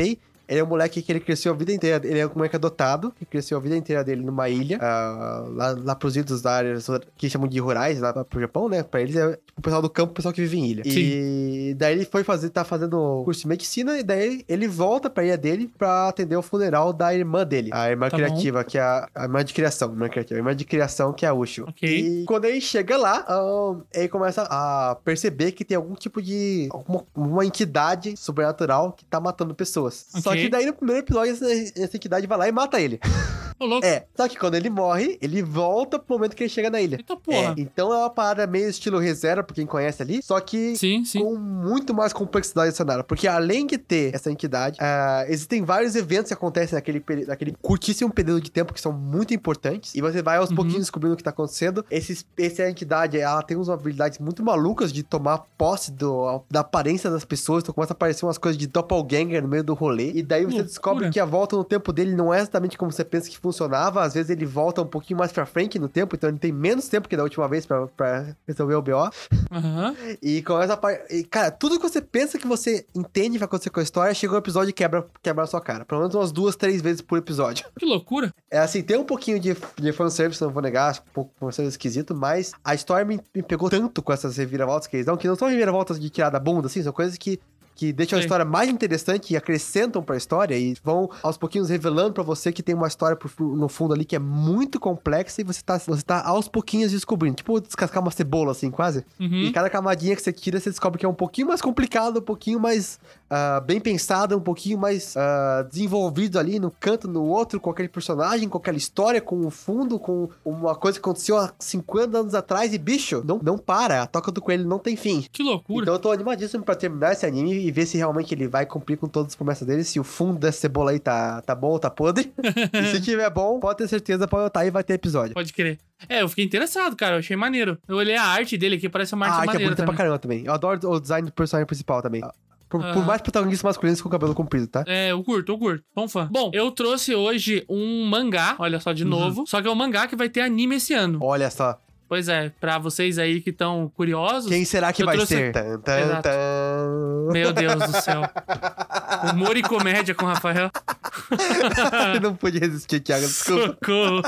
Ele é um moleque que ele cresceu a vida inteira. Ele é um moleque adotado, que cresceu a vida inteira dele numa ilha, ah, lá, lá pros idos da área que chamam de rurais, lá pro Japão, né? Pra eles é tipo, o pessoal do campo, o pessoal que vive em ilha. Sim. E daí ele foi fazer, tá fazendo curso de medicina, e daí ele volta pra ilha dele pra atender o funeral da irmã dele, a irmã Tá criativa, que é a, a irmã de criação, a irmã criativa, a irmã de criação, que é a Ushu. Ok. E quando ele chega lá, ah, ele começa a perceber que tem algum tipo de... alguma uma entidade sobrenatural que tá matando pessoas. Ok. Só que daí no primeiro episódio, essa, essa entidade vai lá e mata ele. Ô, louco. É, só que quando ele morre, ele volta pro momento que ele chega na ilha. Eita porra. É, então é uma parada meio estilo ReZero, pra quem conhece ali, só que Sim, sim. com muito mais complexidade do cenário. Porque além de ter essa entidade, ah, existem vários eventos que acontecem naquele, peri- naquele curtíssimo período de tempo que são muito importantes. E você vai aos Uhum. pouquinhos descobrindo o que tá acontecendo. Esses, essa entidade, ela tem umas habilidades muito malucas de tomar posse do, da aparência das pessoas. Então começa a aparecer umas coisas de doppelganger no meio do rolê. E daí você Loucura. descobre que a volta no tempo dele não é exatamente como você pensa que funcionava. Às vezes ele volta um pouquinho mais pra frente no tempo, então ele tem menos tempo que da última vez pra, pra resolver o B O. Aham. E começa a... par- e, cara, tudo que você pensa que você entende vai acontecer com a história, chega um episódio e quebra, quebra a sua cara. Pelo menos umas duas, três vezes por episódio. Que loucura. É assim, tem um pouquinho de, de fanservice, não vou negar, acho um pouco fanservice esquisito, mas a história me, me pegou tanto com essas reviravoltas que eles dão, que não são reviravoltas de tirar da bunda, assim, são coisas que que deixam a Sim. história mais interessante e acrescentam pra história e vão aos pouquinhos revelando pra você que tem uma história pro fu- no fundo ali que é muito complexa e você tá, você tá aos pouquinhos descobrindo. Tipo descascar uma cebola, assim, quase. Uhum. E cada camadinha que você tira, você descobre que é um pouquinho mais complicado, um pouquinho mais ah, bem pensado, um pouquinho mais ah, desenvolvido ali no canto, no outro, com aquele personagem, com aquela história, com o fundo, com uma coisa que aconteceu há cinquenta anos atrás e, bicho, não, não para. A Toca do Coelho não tem fim. Que loucura. Então eu tô animadíssimo pra terminar esse anime e ver se realmente ele vai cumprir com todas as promessas dele, se o fundo dessa cebola aí tá, tá bom ou tá podre. E se tiver bom, pode ter certeza, pode botar e vai ter episódio. Pode crer. É, eu fiquei interessado, cara. Eu achei maneiro. Eu olhei a arte dele aqui, parece uma Ah, arte a arte é maneira bonita pra também. caramba também. Eu adoro o design do personagem principal também. Por, Ah. por mais protagonistas masculinos com o cabelo comprido, tá? É, eu curto, eu curto. Sou um fã. Bom, eu trouxe hoje um mangá, olha só, de novo. Só que é um mangá que vai ter anime esse ano. Olha só. Pois é, pra vocês aí que estão curiosos. Quem será que eu vai trouxe- ser? Tan, tan, Exato. tan. Meu Deus do céu. Humor e comédia com o Rafael. Eu não pude resistir, Thiago, desculpa. Socorro.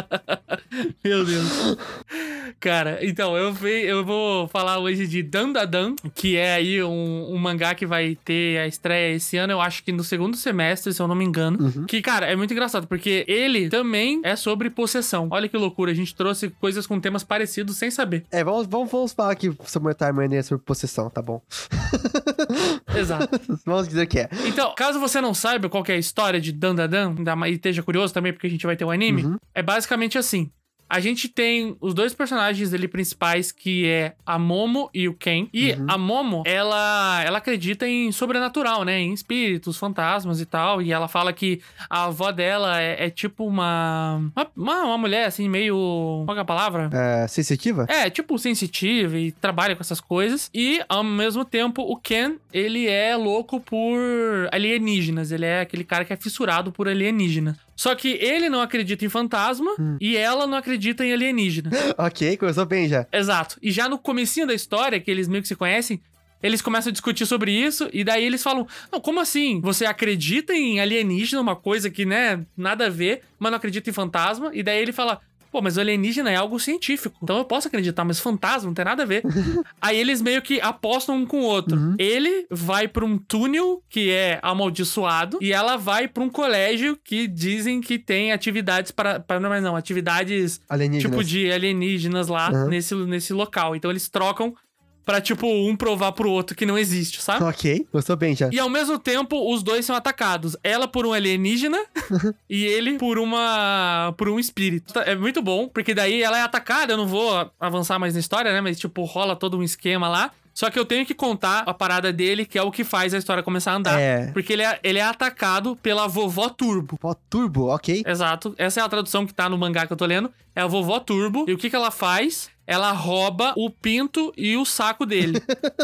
Meu Deus. Cara, então, eu, ve- eu vou falar hoje de Dandadan, que é aí um, um mangá que vai ter a estreia esse ano, eu acho que no segundo semestre, se eu não me engano. Uhum. Que, cara, é muito engraçado, porque ele também é sobre possessão. Olha que loucura, a gente trouxe coisas com temas parecidos sem saber. É, vamos, vamos, vamos falar aqui sobre o Time é sobre possessão, tá bom? Exato. Vamos dizer que é. Então, caso você não saiba qual que é a história de Dandadan, ainda mais- e esteja curioso também, porque a gente vai ter um anime, Uhum. é basicamente assim. A gente tem os dois personagens ali principais, que é a Momo e o Ken. E Uhum. a Momo, ela, ela acredita em sobrenatural, né? Em espíritos, fantasmas e tal. E ela fala que a avó dela é, é tipo uma, uma... Uma mulher, assim, meio... Qual que é a palavra? É, sensitiva? É, tipo, sensitiva e trabalha com essas coisas. E, ao mesmo tempo, o Ken, ele é louco por alienígenas. Ele é aquele cara que é fissurado por alienígena. Só que ele não acredita em fantasma e ela não acredita em alienígena. Ok, começou bem já. Exato. E já no comecinho da história, que eles meio que se conhecem, eles começam a discutir sobre isso, e daí eles falam, não, como assim? Você acredita em alienígena, uma coisa que, né, nada a ver, mas não acredita em fantasma? E daí ele fala, pô, mas o alienígena é algo científico, então eu posso acreditar, mas fantasma não tem nada a ver. Aí eles meio que apostam um com o outro. Ele vai pra um túnel que é amaldiçoado, e ela vai pra um colégio que dizem que tem atividades para... Paranormais não, atividades Alienígenas. tipo de alienígenas lá Uhum. nesse, nesse local. Então eles trocam pra, tipo, um provar pro outro que não existe, sabe? Ok, começou bem já. E ao mesmo tempo, os dois são atacados. Ela por um alienígena e ele por uma... por um espírito. É muito bom, porque daí ela é atacada. Eu não vou avançar mais na história, né? Mas, tipo, rola todo um esquema lá. Só que eu tenho que contar a parada dele, que é o que faz a história começar a andar. É. Porque ele é, ele é atacado pela vovó Turbo. Ó, Turbo, ok. Exato. Essa é a tradução que tá no mangá que eu tô lendo. É a vovó Turbo. E o que que ela faz? Ela rouba o pinto e o saco dele.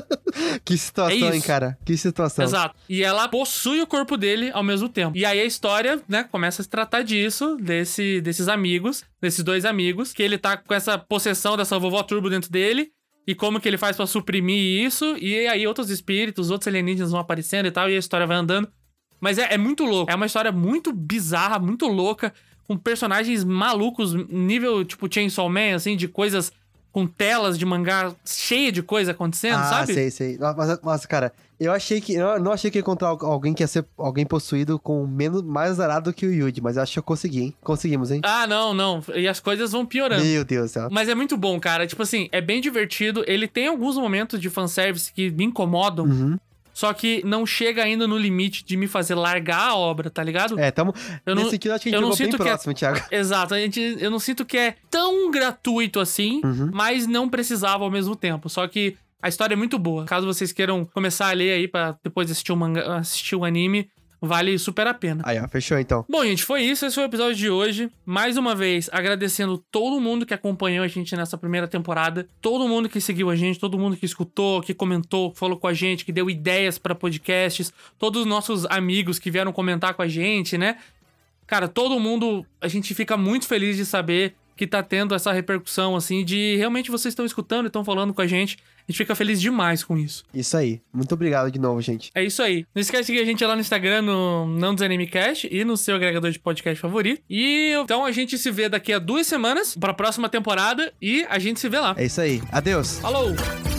Que situação, É hein, isso. cara? Que situação. Exato. E ela possui o corpo dele ao mesmo tempo. E aí a história, né, começa a se tratar disso, desse, desses amigos, desses dois amigos, que ele tá com essa possessão dessa vovó Turbo dentro dele. E como que ele faz pra suprimir isso. E aí outros espíritos, outros alienígenas vão aparecendo e tal. E a história vai andando. Mas é, é muito louco. É uma história muito bizarra, muito louca, com personagens malucos, nível tipo Chainsaw Man, assim, de coisas com telas de mangá cheia de coisa acontecendo, Ah, sabe? sei, sei. Mas, mas, cara, eu achei que... Eu não achei que ia encontrar alguém que ia ser alguém possuído com menos, mais azarado que o Yuji, mas eu acho que eu consegui, hein? Conseguimos, hein? Ah, não, não. E as coisas vão piorando. Meu Deus do céu. Mas é muito bom, cara. Tipo assim, é bem divertido. Ele tem alguns momentos de fanservice que me incomodam. Uhum. Só que não chega ainda no limite de me fazer largar a obra, tá ligado? É, tamo... Eu Nesse não- sentido, acho que a gente eu não jogou bem sinto que é- próximo, Thiago. Exato, a gente, eu não sinto que é tão gratuito assim, Uhum. mas não precisava ao mesmo tempo. Só que a história é muito boa. Caso vocês queiram começar a ler aí pra depois assistir o manga, assistir o anime, vale super a pena. Aí, ó, fechou então. Bom, gente, foi isso. Esse foi o episódio de hoje. Mais uma vez, agradecendo todo mundo que acompanhou a gente nessa primeira temporada. Todo mundo que seguiu a gente, todo mundo que escutou, que comentou, que falou com a gente, que deu ideias pra podcasts. Todos os nossos amigos que vieram comentar com a gente, né? Cara, todo mundo... A gente fica muito feliz de saber que tá tendo essa repercussão, assim, de realmente vocês estão escutando e estão falando com a gente. A gente fica feliz demais com isso. Isso aí. Muito obrigado de novo, gente. É isso aí. Não esquece de seguir a gente lá no Instagram, no Não Desanime Cast e no seu agregador de podcast favorito. E então a gente se vê daqui a duas semanas pra próxima temporada e a gente se vê lá. É isso aí. Adeus. Falou!